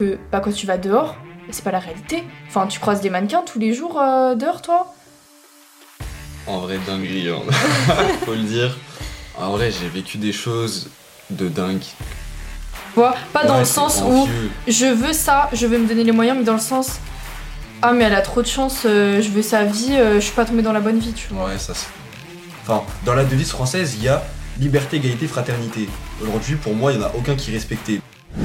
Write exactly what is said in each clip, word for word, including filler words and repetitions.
que bah, quand tu vas dehors, c'est pas la réalité. Enfin, tu croises des mannequins tous les jours euh, dehors, toi? En vrai, dinguerie, hein. Faut le dire. En vrai, j'ai vécu des choses de dingue. Tu vois, pas dans Ouais, le c'est sens où envieux. je veux ça, je veux me donner les moyens, mais dans le sens ah, mais elle a trop de chance, euh, je veux sa vie, euh, je suis pas tombée dans la bonne vie, tu vois. Ouais, ça c'est. Enfin, dans la devise française, il y a liberté, égalité, fraternité. Aujourd'hui, pour moi, il n'y en a aucun qui est respecté.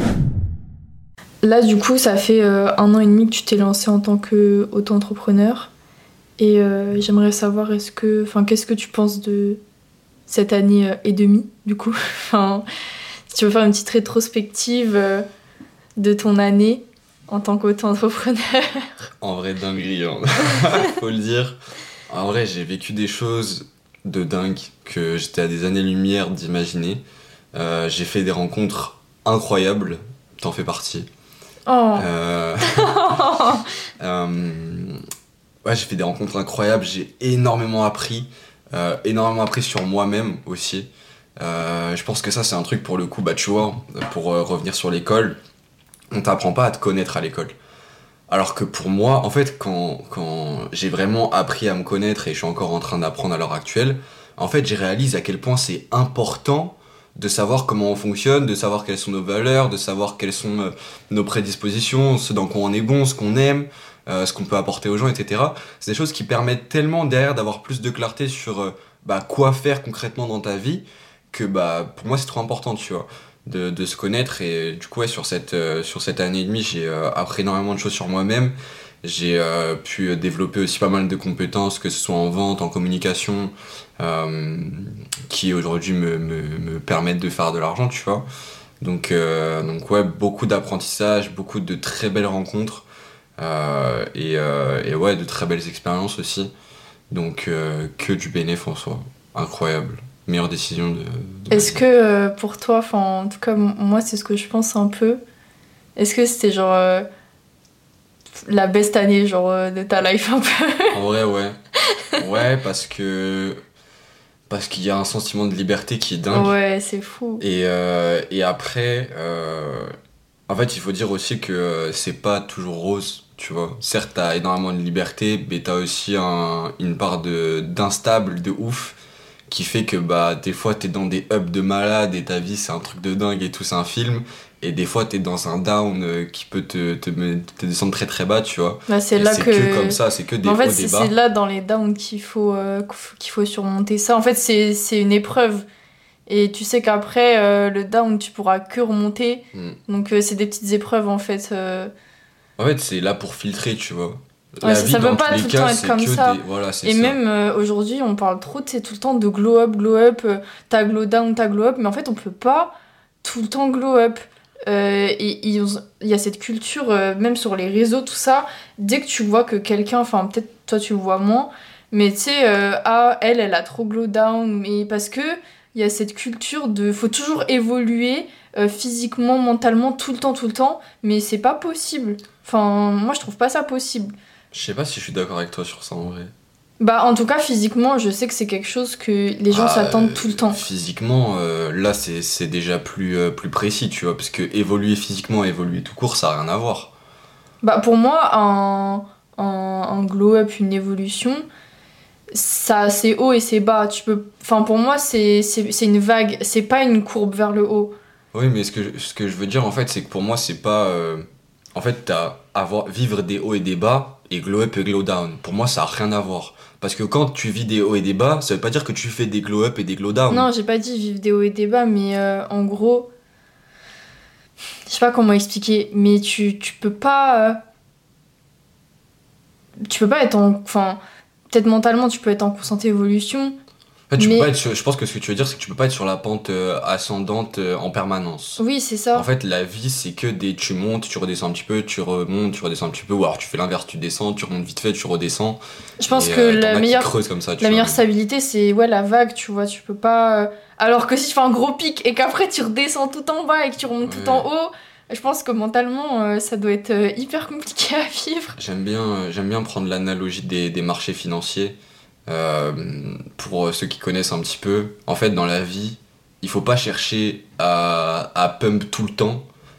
Là, du coup, ça fait euh, un an et demi que tu t'es lancé en tant qu'auto-entrepreneur. Et euh, j'aimerais savoir, est-ce que, enfin, qu'est-ce que tu penses de cette année euh, et demie, du coup. Enfin, si tu veux faire une petite rétrospective euh, de ton année en tant qu'auto-entrepreneur. En vrai, dinguerie, hein. Faut le dire. En vrai, j'ai vécu des choses de dingue que j'étais à des années-lumière d'imaginer. Euh, j'ai fait des rencontres incroyables, t'en fais partie. Oh. Euh... euh, Ouais, j'ai fait des rencontres incroyables, j'ai énormément appris, euh, énormément appris sur moi-même aussi. Euh, je pense que ça, c'est un truc pour le coup, bah tu vois, pour euh, revenir sur l'école, on t'apprend pas à te connaître à l'école. Alors que pour moi, en fait, quand, quand j'ai vraiment appris à me connaître et je suis encore en train d'apprendre à l'heure actuelle, en fait, j'ai réalisé à quel point c'est important de savoir comment on fonctionne, de savoir quelles sont nos valeurs, de savoir quelles sont euh, nos prédispositions, ce dans quoi on est bon, ce qu'on aime, euh, ce qu'on peut apporter aux gens, et cetera. C'est des choses qui permettent tellement derrière d'avoir plus de clarté sur euh, bah, quoi faire concrètement dans ta vie, que bah, pour moi c'est trop important, tu vois, de, de se connaître. Et du coup, ouais, sur, cette, euh, sur cette année et demie, j'ai euh, appris énormément de choses sur moi-même. J'ai euh, pu développer aussi pas mal de compétences, que ce soit en vente, en communication, euh, qui aujourd'hui me, me, me permettent de faire de l'argent, tu vois. Donc, euh, donc ouais, beaucoup d'apprentissage, beaucoup de très belles rencontres, euh, et, euh, et ouais, de très belles expériences aussi. Donc euh, que du bénéfice en soi. Incroyable. Meilleure décision de, de ma Est-ce vie. que euh, pour toi, enfin, en tout cas, m- moi, c'est ce que je pense un peu. Est-ce que c'était genre euh, la best année genre euh, de ta life un peu? En vrai, ouais. Ouais, parce que parce qu'il y a un sentiment de liberté qui est dingue. Ouais, c'est fou. Et, euh, et après, euh, en fait, il faut dire aussi que euh, c'est pas toujours rose, tu vois. Certes, t'as énormément de liberté, mais t'as aussi un, une part de, d'instable, de ouf, qui fait que bah, des fois, t'es dans des ups de malade et ta vie, c'est un truc de dingue et tout, c'est un film. Et des fois, t'es dans un down euh, qui peut te, te, me- te descendre très très bas, tu vois. Bah, c'est Et là c'est que... que comme ça, c'est que des Mais en fait, hauts, c'est des c'est bas. là dans les downs qu'il faut, euh, qu'il faut surmonter ça. En fait, c'est c'est une épreuve. Et tu sais qu'après, euh, le down, tu pourras que remonter. Mm. Donc, euh, c'est des petites épreuves, en fait. euh. En fait, c'est là pour filtrer, tu vois. Ouais, La ça, vie, ça dans peut pas tous les tout le cas, temps être c'est comme que ça. des... Voilà, c'est Et ça. même euh, aujourd'hui, on parle trop, tu sais, tout le temps de glow up, glow up. euh, t'as glow down, t'as glow up. Mais en fait, on peut pas tout le temps glow up. Euh, et il il y a cette culture, euh, même sur les réseaux, tout ça. Dès que tu vois que quelqu'un, enfin, peut-être toi tu le vois moins, mais tu sais, euh, ah, elle, elle a trop glow down. Mais parce que il y a cette culture de. Faut toujours évoluer euh, physiquement, mentalement, tout le temps, tout le temps. Mais c'est pas possible. Enfin, moi, je trouve pas ça possible. Je sais pas si je suis d'accord avec toi sur ça, en vrai. Bah, en tout cas, physiquement, je sais que c'est quelque chose que les gens Ah, s'attendent euh, tout le temps. physiquement, euh, là, c'est c'est déjà plus, euh, plus précis, tu vois, parce que évoluer physiquement, évoluer tout court, ça a rien à voir. Bah, pour moi, un, un, un glow-up, une évolution, ça a ses hauts et ses bas. Tu peux... Enfin, pour moi, c'est c'est- c'est une vague, c'est pas une courbe vers le haut. Oui, mais ce que, je- ce que je veux dire, en fait, c'est que pour moi, c'est pas... euh, En fait, t'as avoir, vivre des hauts et des bas, et glow up et glow down. Pour moi, ça a rien à voir. Parce que quand tu vis des hauts et des bas, ça veut pas dire que tu fais des glow up et des glow down. Non, j'ai pas dit vivre des hauts et des bas, mais euh, en gros, je sais pas comment expliquer, mais tu, tu peux pas. euh, Tu peux pas être en. Enfin, peut-être mentalement, tu peux être en constante évolution. En fait, tu Mais- peux pas être sur- je pense que ce que tu veux dire, c'est que tu peux pas être sur la pente euh, ascendante euh, en permanence. Oui, c'est ça. En fait, la vie, c'est que des... Tu montes, tu redescends un petit peu, tu remontes, tu redescends un petit peu, ou alors tu fais l'inverse, tu descends, tu remontes vite fait, tu redescends. Je pense Et, que euh, t'en la as qui meilleure, creusent comme ça, tu la vois. meilleure stabilité, c'est ouais, la vague, tu vois. Tu peux pas. euh, Alors que si tu fais un gros pic et qu'après tu redescends tout en bas et que tu remontes tout Ouais. en haut, je pense que mentalement, euh, ça doit être euh, hyper compliqué à vivre. J'aime bien, euh, j'aime bien prendre l'analogie des, des marchés financiers. Euh, pour ceux qui connaissent un petit peu, en fait, dans la vie, il faut pas chercher à, à pump tout le temps.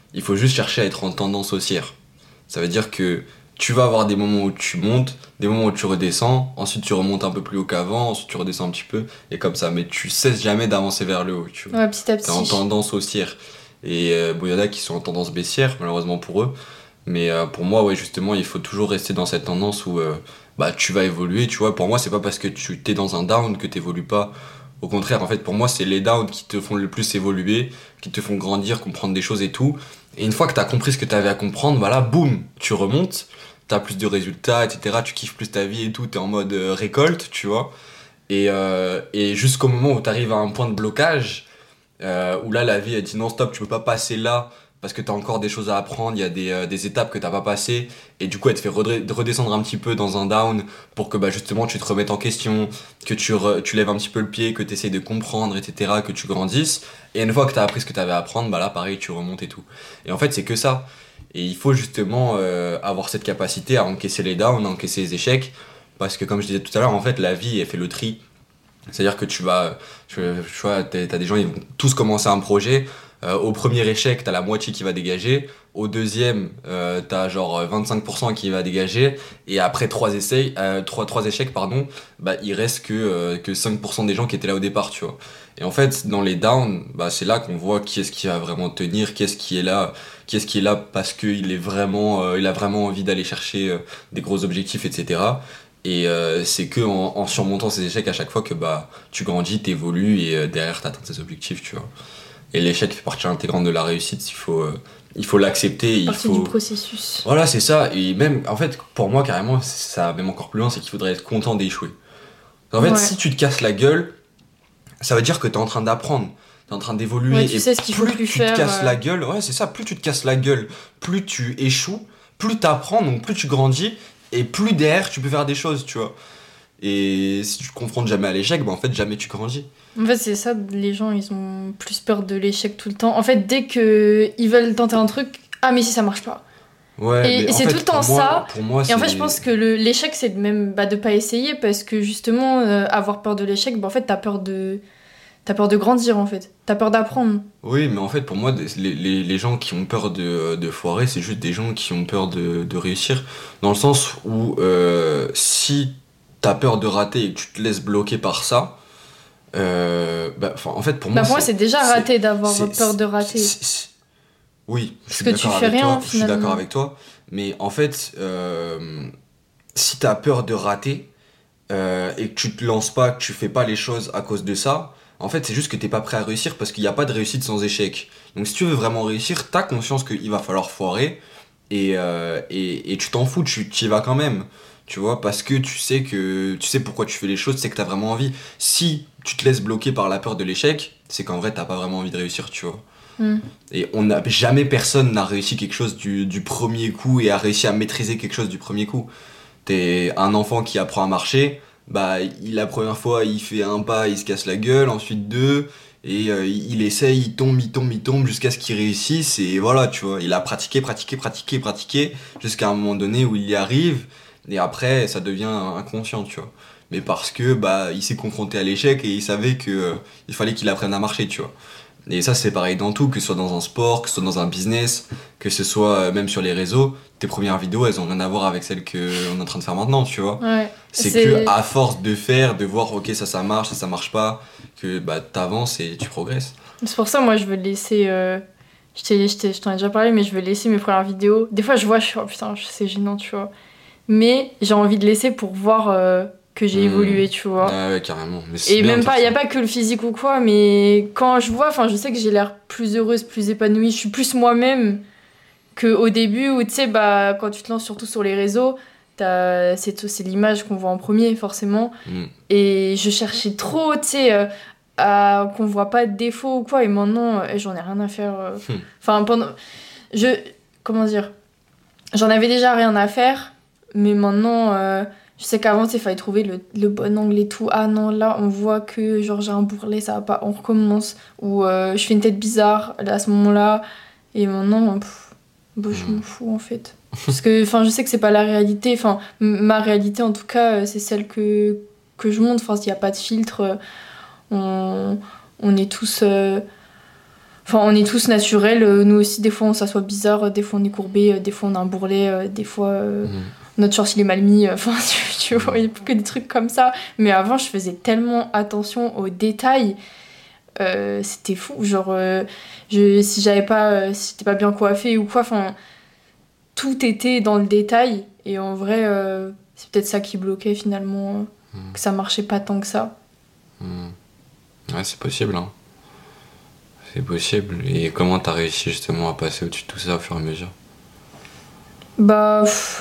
Il faut juste chercher à être en tendance haussière. Ça veut dire que tu vas avoir des moments où tu montes, des moments où tu redescends, ensuite tu remontes un peu plus haut qu'avant, ensuite tu redescends un petit peu, et comme ça. Mais tu cesses jamais d'avancer vers le haut, tu vois. Ouais, petit à T'es en petit. tendance haussière. Et euh, bon, il y en a qui sont en tendance baissière, malheureusement pour eux. Mais euh, pour moi, ouais, justement, il faut toujours rester dans cette tendance où euh, bah, tu vas évoluer, tu vois. Pour moi, c'est pas parce que tu t'es dans un down que t'évolues pas. Au contraire, en fait, pour moi, c'est les downs qui te font le plus évoluer, qui te font grandir, comprendre des choses et tout. Et une fois que t'as compris ce que t'avais à comprendre, bah là, boum, tu remontes, t'as plus de résultats, et cetera. Tu kiffes plus ta vie et tout, t'es en mode euh, récolte, tu vois. Et, euh, et jusqu'au moment où t'arrives à un point de blocage, euh, où là la vie elle dit non stop, tu peux pas passer là parce que t'as encore des choses à apprendre, il y a des, euh, des étapes que t'as pas passées, et du coup elle te fait redre- redescendre un petit peu dans un down pour que bah, justement tu te remettes en question, que tu, re- tu lèves un petit peu le pied, que tu essaies de comprendre, et cetera, que tu grandisses, et une fois que t'as appris ce que t'avais à apprendre, bah là pareil tu remontes et tout. Et en fait c'est que ça, et il faut justement euh, avoir cette capacité à encaisser les downs, à encaisser les échecs, parce que comme je disais tout à l'heure, en fait la vie elle fait le tri. C'est-à-dire que tu vas, tu, tu vois, t'as t'as des gens, ils vont tous commencer un projet. Euh, au premier échec, t'as la moitié qui va dégager. Au deuxième, euh, t'as genre vingt-cinq pour cent qui va dégager. Et après trois essais, euh, trois, trois échecs, pardon, bah, il reste que, euh, que cinq pour cent des gens qui étaient là au départ, tu vois. Et en fait, dans les downs, bah, c'est là qu'on voit qui est-ce qui va vraiment tenir, qui est-ce qui est là, qui est-ce qui est là parce qu'il est vraiment, euh, il a vraiment envie d'aller chercher euh, des gros objectifs, et cetera. Et euh, c'est que en, en surmontant ces échecs à chaque fois que bah tu grandis, t'évolues et euh, derrière t'atteins tes objectifs, tu vois. Et l'échec fait partie intégrante de la réussite, il faut euh, il faut l'accepter, il Partie du faut processus. voilà, c'est ça. Et même en fait pour moi carrément ça va même encore plus loin, c'est qu'il faudrait être content d'échouer. En fait, Ouais. si tu te casses la gueule, ça veut dire que t'es en train d'apprendre, t'es en train d'évoluer. Ouais, tu et sais ce qu'il faut plus plus tu faire, te casses euh. la gueule, ouais c'est ça, plus tu te casses la gueule, plus tu échoues, plus t'apprends, donc plus tu grandis, et plus derrière tu peux faire des choses, tu vois. Et si tu te confrontes jamais à l'échec, bah en fait jamais tu grandis. En fait, c'est ça, les gens, ils ont plus peur de l'échec tout le temps. En fait, dès que ils veulent tenter un truc, ah mais si ça marche pas. Ouais, Et, mais et en c'est fait, tout le temps pour moi, ça. pour moi Et en fait, c'est- je pense que le- l'échec, c'est de même bah, de pas essayer parce que justement, euh, avoir peur de l'échec, bah, en fait, t'as peur de t'as peur de grandir en fait. T'as peur d'apprendre. Oui, mais en fait, pour moi, des- les, les, les gens qui ont peur de, de foirer, c'est juste des gens qui ont peur de, de réussir. Dans le sens où euh, si t'as peur de rater et que tu te laisses bloquer par ça, euh, bah, 'fin, en fait, pour Bah moi, pour moi, c'est... c'est déjà c'est- raté d'avoir c'est- peur de c'est- rater. c'est- c'est- Oui, je Parce suis que tu d'accord fais avec rien toi, je suis d'accord finalement. avec toi, mais en fait, euh, si t'as peur de rater, euh, et que tu te lances pas, que tu fais pas les choses à cause de ça, en fait, c'est juste que t'es pas prêt à réussir parce qu'il n'y a pas de réussite sans échec. Donc, si tu veux vraiment réussir, t'as conscience qu'il va falloir foirer et, euh, et, et tu t'en fous, tu y vas quand même. Tu vois, parce que tu sais que tu sais pourquoi tu fais les choses, c'est que t'as vraiment envie. Si tu te laisses bloquer par la peur de l'échec, c'est qu'en vrai, t'as pas vraiment envie de réussir, tu vois. Hmm. Et on n'a jamais personne n'a réussi quelque chose du, du premier coup et a réussi à maîtriser quelque chose du premier coup. T'es un enfant qui apprend à marcher, bah il, la première fois il fait un pas, il se casse la gueule, ensuite deux, et euh, il, il essaye, il tombe, il tombe, il tombe jusqu'à ce qu'il réussisse, et voilà, tu vois, il a pratiqué, pratiqué, pratiqué, pratiqué, jusqu'à un moment donné où il y arrive, et après ça devient inconscient, tu vois. Mais parce que bah il s'est confronté à l'échec et il savait que euh, il fallait qu'il apprenne à marcher, tu vois. Et ça, c'est pareil dans tout, que ce soit dans un sport, que ce soit dans un business, que ce soit euh, même sur les réseaux. Tes premières vidéos, elles ont rien à voir avec celles qu'on est en train de faire maintenant, tu vois. Ouais. C'est C'est- que à force de faire, de voir, ok, ça, ça marche, ça, ça marche pas, que bah, t'avances et tu progresses. C'est pour ça, moi, je veux laisser. euh, Je t'ai- je t'ai- je t'en ai déjà parlé, mais je veux laisser mes premières vidéos. Des fois, je vois, je suis, oh putain, c'est gênant, tu vois. Mais j'ai envie de laisser pour voir euh, que j'ai Hmm. évolué, tu vois. Ouais, ouais, carrément. Mais c'est Et bien même de pas, faire il y a ça. pas que le physique ou quoi, mais quand je vois, enfin, je sais que j'ai l'air plus heureuse, plus épanouie, je suis plus moi-même qu'au début où, tu sais, bah, quand tu te lances surtout sur les réseaux, t'as- c'est c'est l'image qu'on voit en premier, forcément. Hmm. Et je cherchais trop, tu sais, euh, à qu'on voit pas de défauts ou quoi, et maintenant, euh, j'en ai rien à faire. euh. Hmm. Enfin, pendant. Je. Comment dire? J'en avais déjà rien à faire, mais maintenant, euh, je sais qu'avant, il fallait trouver le, le bon angle et tout. Ah non, là, on voit que genre j'ai un bourrelet, ça va pas, on recommence. Ou euh, je fais une tête bizarre là, à ce moment-là. Et maintenant, pff, bah, je Mm. m'en fous en fait. Parce que enfin, je sais que c'est pas la réalité. Enfin, m- ma réalité en tout cas, euh, c'est celle que, que je montre. Enfin, s'il n'y a pas de filtre, euh, on, on est tous. euh, Enfin, on est tous naturels. euh, Nous aussi, des fois, on s'assoit bizarre. euh, Des fois, on est courbé. euh, Des fois, on a un bourrelet. euh, Des fois, euh, Mhm. notre short, il est mal mis. euh, Enfin, tu, tu vois, il n'y a que des trucs comme ça. Mais avant, je faisais tellement attention aux détails. euh, C'était fou. Genre, euh, je, si j'avais pas, euh, si j'étais pas bien coiffée ou quoi, enfin, tout était dans le détail. Et en vrai, euh, c'est peut-être ça qui bloquait finalement. euh, Mhm. Que ça marchait pas tant que ça. Mhm. Ouais, c'est possible, hein. C'est possible. Et comment t'as réussi justement à passer au-dessus de tout ça au fur et à mesure? Bah. pff,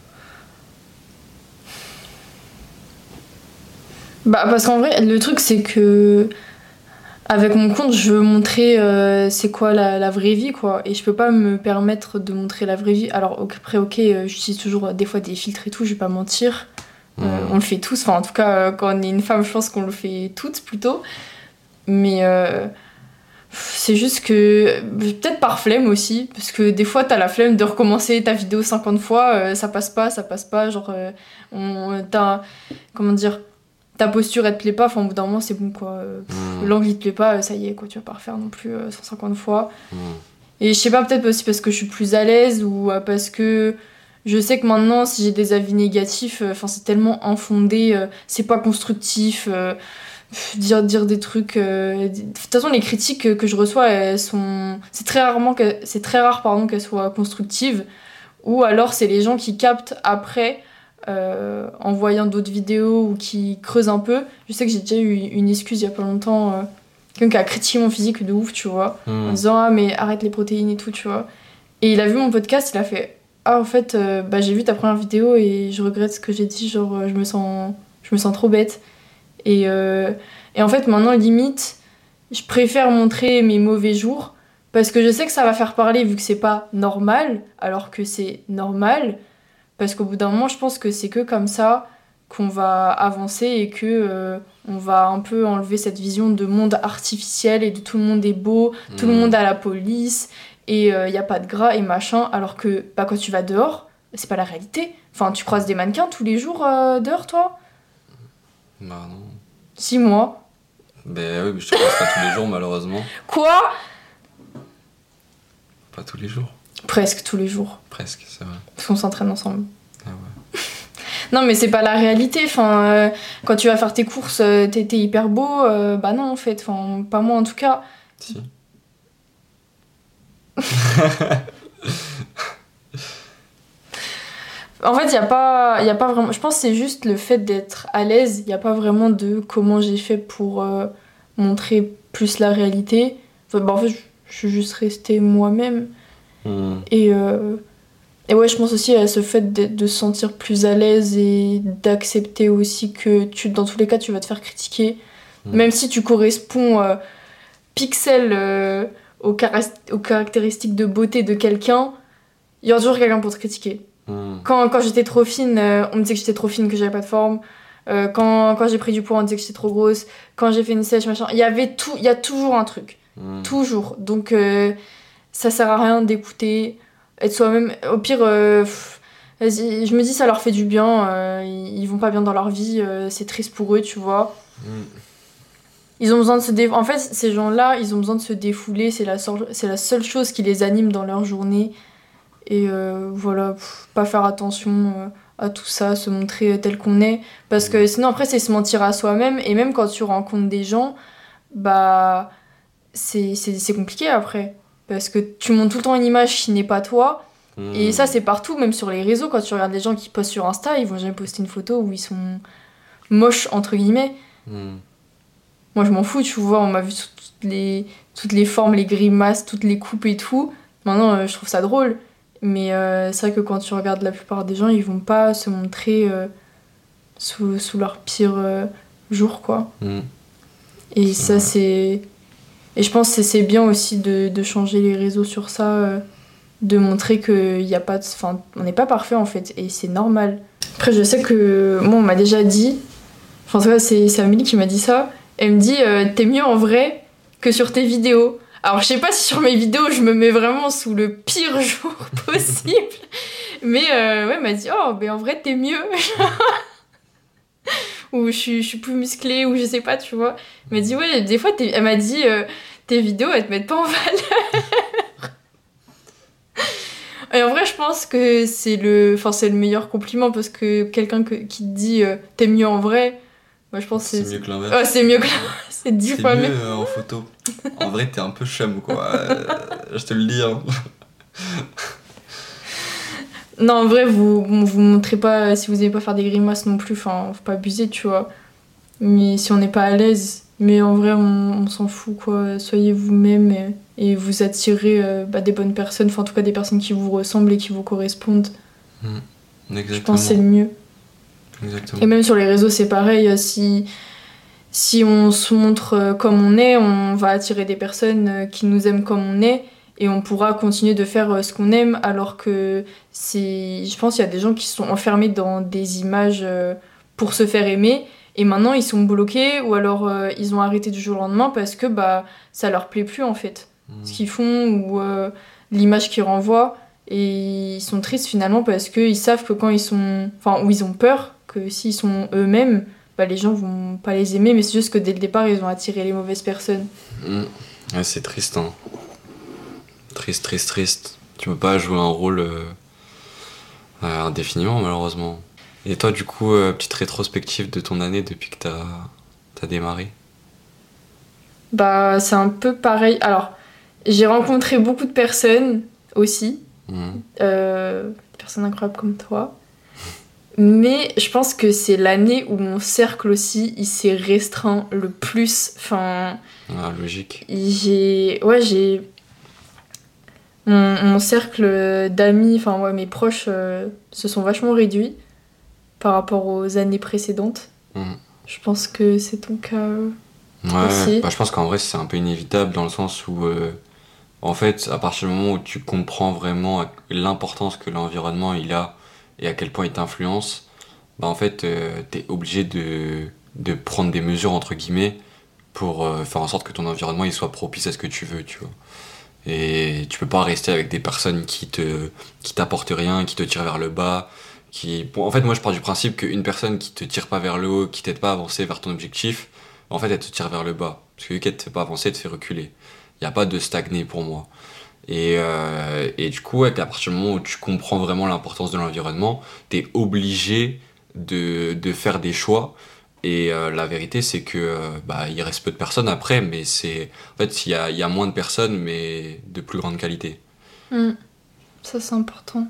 Bah, parce qu'en vrai, le truc, c'est que. Avec mon compte, je veux montrer euh, c'est quoi la, la vraie vie, quoi. Et je peux pas me permettre de montrer la vraie vie. Alors, ok, après, ok, euh, j'utilise toujours euh, des fois des filtres et tout, je vais pas mentir. Euh, Mhm. on le fait tous. Enfin, en tout cas, euh, quand on est une femme, je pense qu'on le fait toutes plutôt. Mais euh, c'est juste que. Peut-être par flemme aussi. Parce que des fois, t'as la flemme de recommencer ta vidéo cinquante fois. euh, ça passe pas, ça passe pas. Genre, euh, on, t'as. Comment dire? Ta posture elle te plaît pas, enfin au bout d'un moment c'est bon quoi. Euh, pff, Mhm. L'angle il te plaît pas, euh, ça y est quoi, tu vas pas refaire non plus euh, cent cinquante fois. Mhm. Et je sais pas, peut-être aussi parce que je suis plus à l'aise ou euh, parce que je sais que maintenant si j'ai des avis négatifs, euh, enfin c'est tellement infondé, euh, c'est pas constructif, euh, pff, dire, dire des trucs. euh, di- De toute façon les critiques que, que je reçois elles sont. C'est très rarement que... c'est très rare pardon qu'elles soient constructives. Ou alors c'est les gens qui captent après euh, en voyant d'autres vidéos ou qui creusent un peu. Je sais que j'ai déjà eu une excuse il y a pas longtemps, euh, quelqu'un qui a critiqué mon physique de ouf, tu vois, en Mhm. disant ah mais arrête les protéines et tout, tu vois. Et il a vu mon podcast, il a fait ah en fait euh, bah j'ai vu ta première vidéo et je regrette ce que j'ai dit, genre euh, je me sens je me sens trop bête. Et, euh, et en fait maintenant limite je préfère montrer mes mauvais jours parce que je sais que ça va faire parler vu que c'est pas normal, alors que c'est normal. Parce qu'au bout d'un moment, je pense que c'est que comme ça qu'on va avancer et que euh, on va un peu enlever cette vision de monde artificiel et de tout le monde est beau, tout le monde Mhm. a la police et il n'y a pas de gras et machin, alors que bah, quand tu vas dehors, c'est pas la réalité. Enfin, tu croises des mannequins tous les jours euh, dehors, toi? Bah non. Six mois. Ben oui, mais je te passe pas tous les jours malheureusement. Quoi? Pas tous les jours. Presque tous les jours. Presque, c'est vrai. Parce qu'on s'entraîne ensemble. Ah ouais. Non, mais c'est pas la réalité. Enfin, euh, quand tu vas faire tes courses, euh, t'es t'es hyper beau. euh, bah non, en fait. Enfin, pas moi en tout cas. Si. En fait, il y a pas, y a pas vraiment. Je pense que c'est juste le fait d'être à l'aise. Il y a pas vraiment de comment j'ai fait pour euh, montrer plus la réalité. Enfin, bah, en fait, je je suis juste restée moi-même. Mhm. Et, euh, et ouais, je pense aussi à ce fait de, de se sentir plus à l'aise et d'accepter aussi que tu, dans tous les cas, tu vas te faire critiquer. Mhm. Même si tu corresponds euh, pixel euh, aux, caras- aux caractéristiques de beauté de quelqu'un, il y aura toujours quelqu'un pour te critiquer. Mhm. Quand, quand j'étais trop fine, euh, on me disait que j'étais trop fine, que j'avais pas de forme. Euh, quand quand j'ai pris du poids, on me disait que j'étais trop grosse. Quand j'ai fait une sèche, machin. Il y avait tout, il y a toujours un truc. Mhm. Toujours. Donc euh, ça sert à rien d'écouter. Être soi-même. Au pire, euh, pff, vas-y, je me dis ça leur fait du bien. euh, ils, ils vont pas bien dans leur vie. euh, c'est triste pour eux, tu vois. Mhm. Ils ont besoin de se dé... En fait, ces gens-là, ils ont besoin de se défouler. C'est la, seule- c'est la seule chose qui les anime dans leur journée. Et euh, voilà, pff, pas faire attention euh, à tout ça, se montrer tel qu'on est. Parce que sinon, après, c'est se mentir à soi-même. Et même quand tu rencontres des gens, bah, c'est, c'est, c'est compliqué après. Parce que tu montres tout le temps une image qui n'est pas toi. Et ça, c'est partout, même sur les réseaux. Quand tu regardes les gens qui postent sur Insta, ils vont jamais poster une photo où ils sont moches, entre guillemets. Mhm. Moi, je m'en fous, tu vois. On m'a vu sous toutes les, toutes les formes, les grimaces, toutes les coupes et tout. Maintenant, euh, je trouve ça drôle. Mais euh, c'est vrai que quand tu regardes la plupart des gens, ils vont pas se montrer euh, sous, sous leur pire euh, jour, quoi. Mhm. Et C'est ça, vrai. c'est... Et je pense que c'est bien aussi de, de changer les réseaux sur ça, euh, de montrer qu'il y a pas de... Enfin, on n'est pas parfait, en fait, et c'est normal. Après, je sais que... Moi, on m'a déjà dit... Enfin, en tout cas, c'est, c'est Amélie qui m'a dit ça. Elle me dit, euh, t'es mieux en vrai que sur tes vidéos. Alors, je sais pas si sur mes vidéos, je me mets vraiment sous le pire jour possible. Mais euh, ouais, elle m'a dit, oh, mais en vrai, t'es mieux. Ou je suis, je suis plus musclée, ou je sais pas, tu vois. Elle m'a dit, ouais, des fois, t'es... elle m'a dit, euh, tes vidéos, elles te mettent pas en valeur. Et en vrai, je pense que c'est le, enfin, c'est le meilleur compliment parce que quelqu'un que, qui te dit euh, t'es mieux en vrai, moi je pense que C'est c'est mieux que l'inverse. Ouais, c'est mieux que l'inverse. C'est dix C'est fois mieux mieux. euh, en photo. En vrai, t'es un peu chum, quoi. Euh, je te le dis, hein. Non, en vrai, vous vous montrez pas, si vous aimez pas faire des grimaces non plus, enfin, faut pas abuser, tu vois. Mais si on n'est pas à l'aise, mais en vrai, on, on s'en fout, quoi. Soyez vous-même et, et vous attirez euh, bah, des bonnes personnes, enfin, en tout cas, des personnes qui vous ressemblent et qui vous correspondent. Mmh. Exactement. Je pense que c'est le mieux. Exactement. Et même sur les réseaux, c'est pareil. Si, si on se montre euh, comme on est, on va attirer des personnes euh, qui nous aiment comme on est et on pourra continuer de faire euh, ce qu'on aime. Alors que c'est, je pense qu'il y a des gens qui sont enfermés dans des images euh, pour se faire aimer et maintenant ils sont bloqués ou alors euh, ils ont arrêté du jour au lendemain parce que bah, ça leur plaît plus en fait. Mmh. Ce qu'ils font ou euh, l'image qu'ils renvoient. Et ils sont tristes finalement parce qu'ils savent que quand ils sont. Enfin, ou ils ont peur que s'ils sont eux-mêmes, bah, les gens vont pas les aimer, mais c'est juste que dès le départ, ils ont attiré les mauvaises personnes. Mmh. Ouais, c'est triste, hein. Triste, triste, triste. Tu peux pas jouer un rôle euh, euh, indéfiniment, malheureusement. Et toi, du coup, euh, petite rétrospective de ton année depuis que t'as, t'as démarré? Bah, c'est un peu pareil. Alors, j'ai rencontré beaucoup de personnes aussi, Mmh. euh, des personnes incroyables comme toi. Mais je pense que c'est l'année où mon cercle aussi, il s'est restreint le plus. Enfin, Ah, logique. j'ai... Ouais, j'ai... Mon, mon cercle d'amis, enfin ouais, mes proches euh, se sont vachement réduits par rapport aux années précédentes. Mmh. Je pense que c'est ton cas euh, Ouais, aussi. bah, je pense qu'en vrai, c'est un peu inévitable dans le sens où, euh, en fait, à partir du moment où tu comprends vraiment l'importance que l'environnement il a et à quel point il t'influence, bah en fait, euh, t'es obligé de, de prendre des mesures, entre guillemets, pour euh, faire en sorte que ton environnement il soit propice à ce que tu veux, tu vois. Et tu peux pas rester avec des personnes qui te qui t'apportent rien, qui te tirent vers le bas, qui bon, en fait moi je pars du principe qu'une personne qui te tire pas vers le haut, qui t'aide pas à avancer vers ton objectif, en fait elle te tire vers le bas parce que vu qu'elle te fait pas avancer, elle te fait reculer. Il y a pas de stagner pour moi. Et euh, et du coup, ouais, à partir du moment où tu comprends vraiment l'importance de l'environnement, t'es obligé de de faire des choix. Et euh, la vérité, c'est que euh, bah, il reste peu de personnes après, mais c'est en fait il y a, il y a moins de personnes, mais de plus grande qualité. Mm. Ça, c'est important.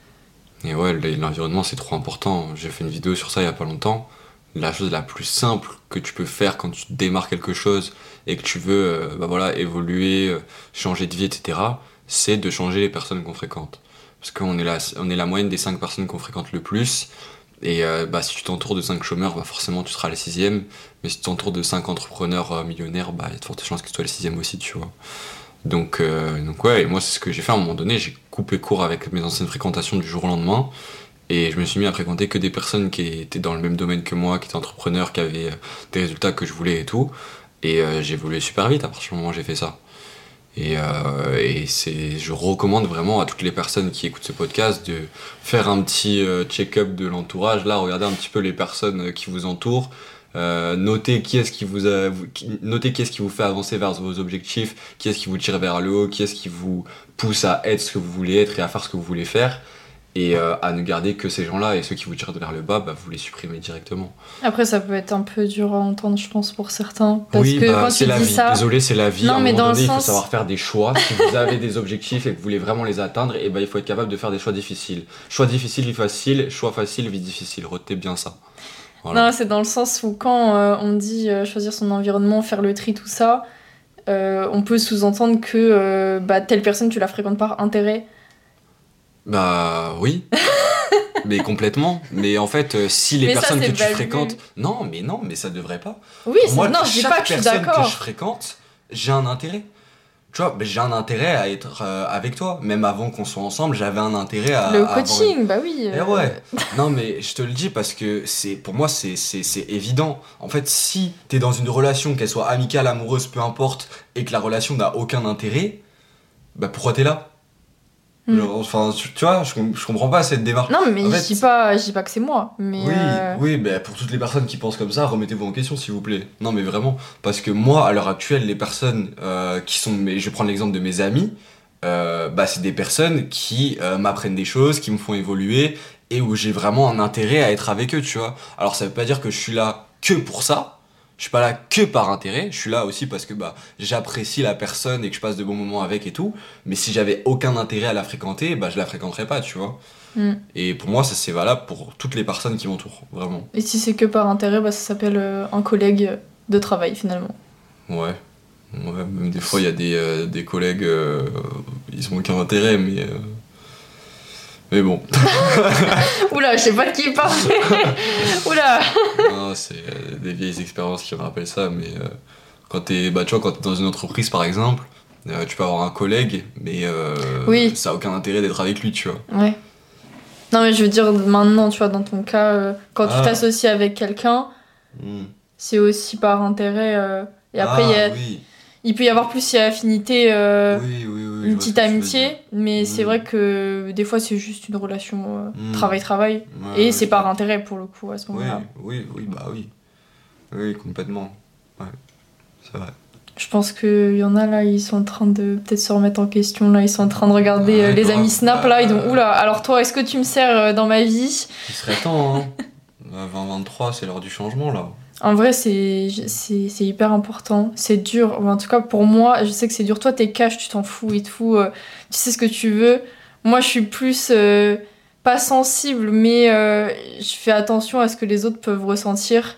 Et ouais, l'environnement c'est trop important. J'ai fait une vidéo sur ça il y a pas longtemps. La chose la plus simple que tu peux faire quand tu démarres quelque chose et que tu veux euh, bah voilà, évoluer, euh, changer de vie, et cetera, c'est de changer les personnes qu'on fréquente. Parce qu'on est la, on est la moyenne des cinq personnes qu'on fréquente le plus. Et euh, bah, si tu t'entoures de cinq chômeurs, bah, forcément tu seras la sixième. Mais si tu t'entoures de cinq entrepreneurs euh, millionnaires, bah, il y a de fortes chances que tu sois la sixième aussi, tu vois. Donc, euh, donc ouais, et moi c'est ce que j'ai fait à un moment donné. J'ai coupé court avec mes anciennes fréquentations du jour au lendemain. Et je me suis mis à fréquenter que des personnes qui étaient dans le même domaine que moi, qui étaient entrepreneurs, qui avaient euh, des résultats que je voulais et tout. Et euh, j'ai évolué super vite à partir du moment où j'ai fait ça. Et, euh, et c'est, je recommande vraiment à toutes les personnes qui écoutent ce podcast de faire un petit euh, check-up de l'entourage. Là, regardez un petit peu les personnes qui vous entourent. Euh, notez qui est-ce qui vous a, qui, notez qui est-ce qui vous fait avancer vers vos objectifs, qui est-ce qui vous tire vers le haut, qui est-ce qui vous pousse à être ce que vous voulez être et à faire ce que vous voulez faire. Et euh, à ne garder que ces gens-là, et ceux qui vous tirent vers le bas, bah, vous les supprimez directement. Après, ça peut être un peu dur à entendre, je pense, pour certains. Parce oui, que bah, quand c'est tu la dis vie. ça... Désolé, c'est la vie. Non, à un mais moment dans donné, le il faut sens- savoir faire des choix. Si vous avez des objectifs et que vous voulez vraiment les atteindre, et ben il faut être capable de faire des choix difficiles. Choix difficile, vie facile. Choix facile, vie difficile. Retenez bien ça. Voilà. Non, c'est dans le sens où quand euh, on dit euh, choisir son environnement, faire le tri, tout ça, euh, on peut sous-entendre que euh, bah, telle personne, tu la fréquentes par intérêt. Bah oui. Mais complètement. Mais en fait, euh, si les Mais ça, personnes c'est que tu mal vu. fréquentes... Non, mais non, mais ça devrait pas. Oui, Pour c'est... moi, non, je dis chaque pas que je suis personne d'accord. que je fréquente, j'ai un intérêt. Tu vois, ben, j'ai un intérêt à être euh, avec toi. Même avant qu'on soit ensemble, j'avais un intérêt à... Le à avoir coaching, une- bah oui. Eh euh, ouais. Non mais je te le dis parce que c'est pour moi c'est c'est c'est évident. En fait, si t'es dans une relation, qu'elle soit amicale, amoureuse, peu importe, et que la relation n'a aucun intérêt, bah pourquoi t'es là? Mm. Genre, enfin, tu, tu vois, je, com- je comprends pas cette démarche. Non, mais En je fait, dis pas, je dis pas que c'est moi. Mais Oui, euh, oui, bah pour toutes les personnes qui pensent comme ça, remettez-vous en question s'il vous plaît. Non mais vraiment, parce que moi, à l'heure actuelle, les personnes euh, qui sont, mes, je vais prendre l'exemple de mes amis, euh, bah c'est des personnes qui euh, m'apprennent des choses, qui me font évoluer, et où j'ai vraiment un intérêt à être avec eux, tu vois. Alors ça veut pas dire que je suis là que pour ça, je suis pas là que par intérêt, je suis là aussi parce que bah j'apprécie la personne et que je passe de bons moments avec et tout, mais si j'avais aucun intérêt à la fréquenter, bah je la fréquenterais pas, tu vois. mm. Et pour moi, ça c'est valable pour toutes les personnes qui m'entourent, vraiment. Et si c'est que par intérêt, bah, ça s'appelle euh, un collègue de travail finalement. Ouais. Ouais, même des fois, il y a des, euh, des collègues, euh, ils ont aucun intérêt, mais. euh, Mais bon. Oula, je sais pas de qui il parle. Oula. Non, c'est euh, des vieilles expériences qui me rappellent ça, mais euh, quand t'es bah, tu vois, quand t'es dans une entreprise par exemple, euh, tu peux avoir un collègue, mais euh, Oui. ça a aucun intérêt d'être avec lui, tu vois. Ouais. Non, mais je veux dire maintenant, tu vois, dans ton cas, euh, quand tu Ah. t'associes avec quelqu'un, Hmm. c'est aussi par intérêt. euh, Et après, il y ah, a- oui. il peut y avoir plus affinité, euh, oui, oui, oui, je vois une ce petite que tu veux amitié, dire. mais c'est Mm. vrai que des fois, c'est juste une relation euh, Mm. travail-travail. Ouais, Et ouais, c'est je par vois. intérêt pour le coup à ce Oui, moment-là. oui, oui, bah oui. Oui, complètement. Ouais, c'est vrai. Je pense qu'il y en a là, ils sont en train de peut-être se remettre en question. Là, ils sont en train de regarder Ouais, euh, les grave, amis Snap. bah, Là, ils ont euh, oula, alors toi, est-ce que tu me sers euh, dans ma vie? Il serait temps, hein. vingt vingt-trois, c'est l'heure du changement, là. En vrai, c'est c'est c'est hyper important. C'est dur. Ou en tout cas, pour moi, je sais que c'est dur. Toi, t'es cash, tu t'en fous et tout. euh, tu sais ce que tu veux. Moi, je suis plus euh, pas sensible, mais euh, je fais attention à ce que les autres peuvent ressentir.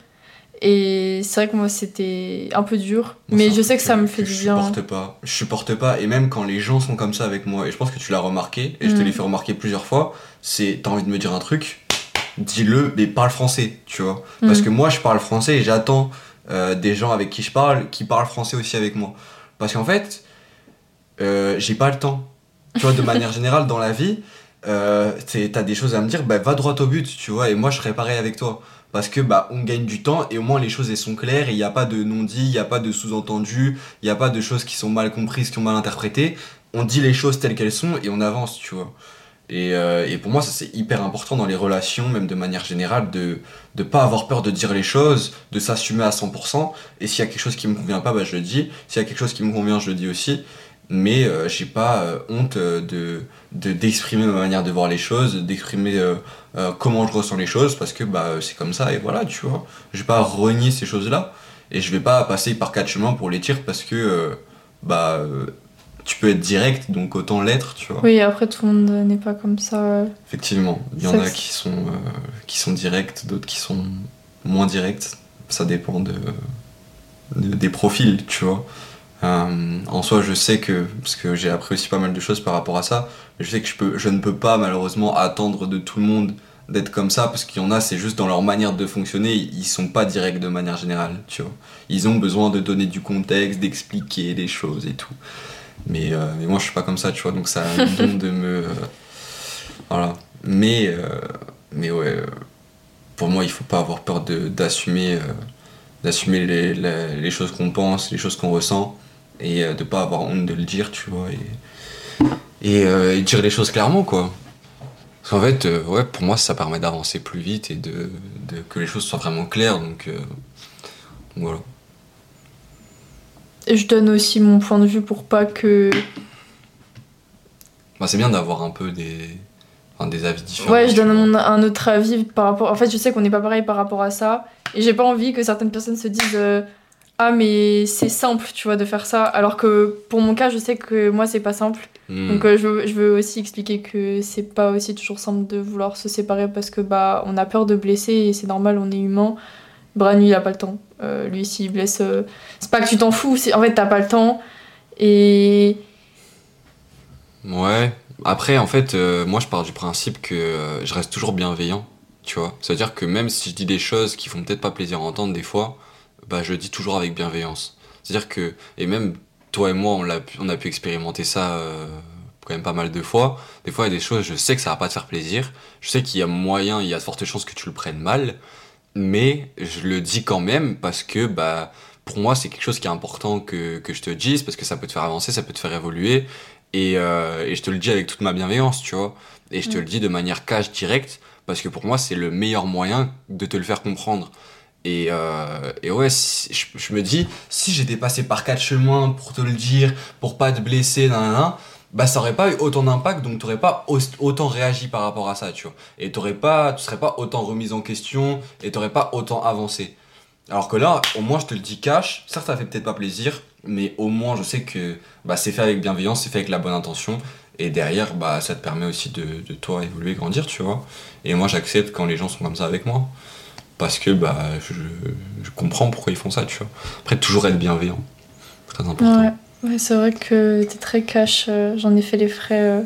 Et c'est vrai que moi, c'était un peu dur. Moi, mais c'est un je sais truc que ça me fait que du je bien. supporte pas. Je supporte pas, et même quand les gens sont comme ça avec moi, et je pense que tu l'as remarqué, et je te Mm. l'ai fait remarquer plusieurs fois, c'est t'as envie de me dire un truc, dis-le, mais parle français, tu vois. Parce Mm. que moi, je parle français et j'attends euh, des gens avec qui je parle qui parlent français aussi avec moi. Parce qu'en fait, euh, j'ai pas le temps. Tu vois, de manière générale, dans la vie, euh, t'es- t'as des choses à me dire, bah va droit au but, tu vois, et moi je serais pareil avec toi. Parce que bah on gagne du temps et au moins les choses elles sont claires et il n'y a pas de non-dit, il n'y a pas de sous-entendu, il n'y a pas de choses qui sont mal comprises, qui sont mal interprétées. On dit les choses telles qu'elles sont et on avance, tu vois. Et, euh, et pour moi, ça c'est hyper important dans les relations, même de manière générale, de de pas avoir peur de dire les choses, de s'assumer à cent pour cent. Et s'il y a quelque chose qui me convient pas, bah je le dis. S'il y a quelque chose qui me convient, je le dis aussi. Mais euh, j'ai pas euh, honte euh, de de- d'exprimer ma manière de voir les choses, d'exprimer euh, euh, comment je ressens les choses, parce que bah c'est comme ça et voilà, tu vois. Je vais pas renier ces choses-là et je vais pas passer par quatre chemins pour les dire parce que euh, bah euh, tu peux être direct, donc autant l'être, tu vois. Oui, après, tout le monde n'est pas comme ça. Effectivement, il y en Ça, a c'est- qui sont, euh, qui sont directs, d'autres qui sont moins directs. Ça dépend de, de- des profils, tu vois. Euh, en soi, je sais que, parce que j'ai appris aussi pas mal de choses par rapport à ça, mais je sais que je, peux, je ne peux pas malheureusement attendre de tout le monde d'être comme ça, parce qu'il y en a, c'est juste dans leur manière de fonctionner, ils sont pas directs de manière générale, tu vois. Ils ont besoin de donner du contexte, d'expliquer les choses et tout. Mais, euh, mais moi, je suis pas comme ça, tu vois, donc ça a un don de me... euh, voilà. Mais, euh, mais ouais, euh, pour moi, il faut pas avoir peur de, d'assumer, euh, d'assumer les, les, les choses qu'on pense, les choses qu'on ressent, et euh, de pas avoir honte de le dire, tu vois, et, et, euh, et dire les choses clairement, quoi. Parce qu'en fait, euh, ouais, pour moi, ça permet d'avancer plus vite et de, de que les choses soient vraiment claires, donc, euh, donc voilà. Et je donne aussi mon point de vue pour pas que. Bah, c'est bien d'avoir un peu des, enfin, des avis différents. Ouais, je tu donne vois. mon, un autre avis par rapport. En fait, je sais qu'on n'est pas pareil par rapport à ça. Et j'ai pas envie que certaines personnes se disent euh, ah, mais c'est simple, tu vois, de faire ça. Alors que pour mon cas, je sais que moi, c'est pas simple. Hmm. Donc, euh, je, veux, je veux aussi expliquer que c'est pas aussi toujours simple de vouloir se séparer parce que bah, on a peur de blesser et c'est normal, on est humain. Bran, lui, il a pas le temps. Euh, lui, s'il blesse. euh, C'est pas que tu t'en fous, c'est en fait, t'as pas le temps. Et. Ouais. Après, en fait, euh, moi, je pars du principe que euh, je reste toujours bienveillant, tu vois. C'est-à-dire que même si je dis des choses qui font peut-être pas plaisir à entendre des fois, bah, je le dis toujours avec bienveillance. C'est-à-dire que, et même toi et moi, on, l'a pu- on a pu expérimenter ça euh, quand même pas mal de fois. Des fois, il y a des choses, je sais que ça va pas te faire plaisir. Je sais qu'il y a moyen, il y a de fortes chances que tu le prennes mal. Mais je le dis quand même parce que, bah, pour moi, c'est quelque chose qui est important que, que je te dise parce que ça peut te faire avancer, ça peut te faire évoluer. Et, euh, et je te le dis avec toute ma bienveillance, tu vois. Et je te Mm. le dis de manière cash, directe, parce que pour moi, c'est le meilleur moyen de te le faire comprendre. Et, euh, et ouais, si- je, je me dis, si j'étais passé par quatre chemins pour te le dire, pour pas te blesser, nanana, bah ça aurait pas eu autant d'impact, donc t'aurais pas aus- autant réagi par rapport à ça, tu vois. Et t'aurais pas, tu serais pas autant remise en question, et t'aurais pas autant avancé. Alors que là, au moins, je te le dis cash, certes, ça fait peut-être pas plaisir, mais au moins, je sais que bah, c'est fait avec bienveillance, c'est fait avec la bonne intention, et derrière, bah, ça te permet aussi de, de toi évoluer, grandir, tu vois. Et moi, j'accepte quand les gens sont comme ça avec moi. Parce que bah, je, je comprends pourquoi ils font ça, tu vois. Après, toujours être bienveillant. Très important. Ouais, ouais c'est vrai que t'es très cash, euh, j'en ai fait les frais. euh.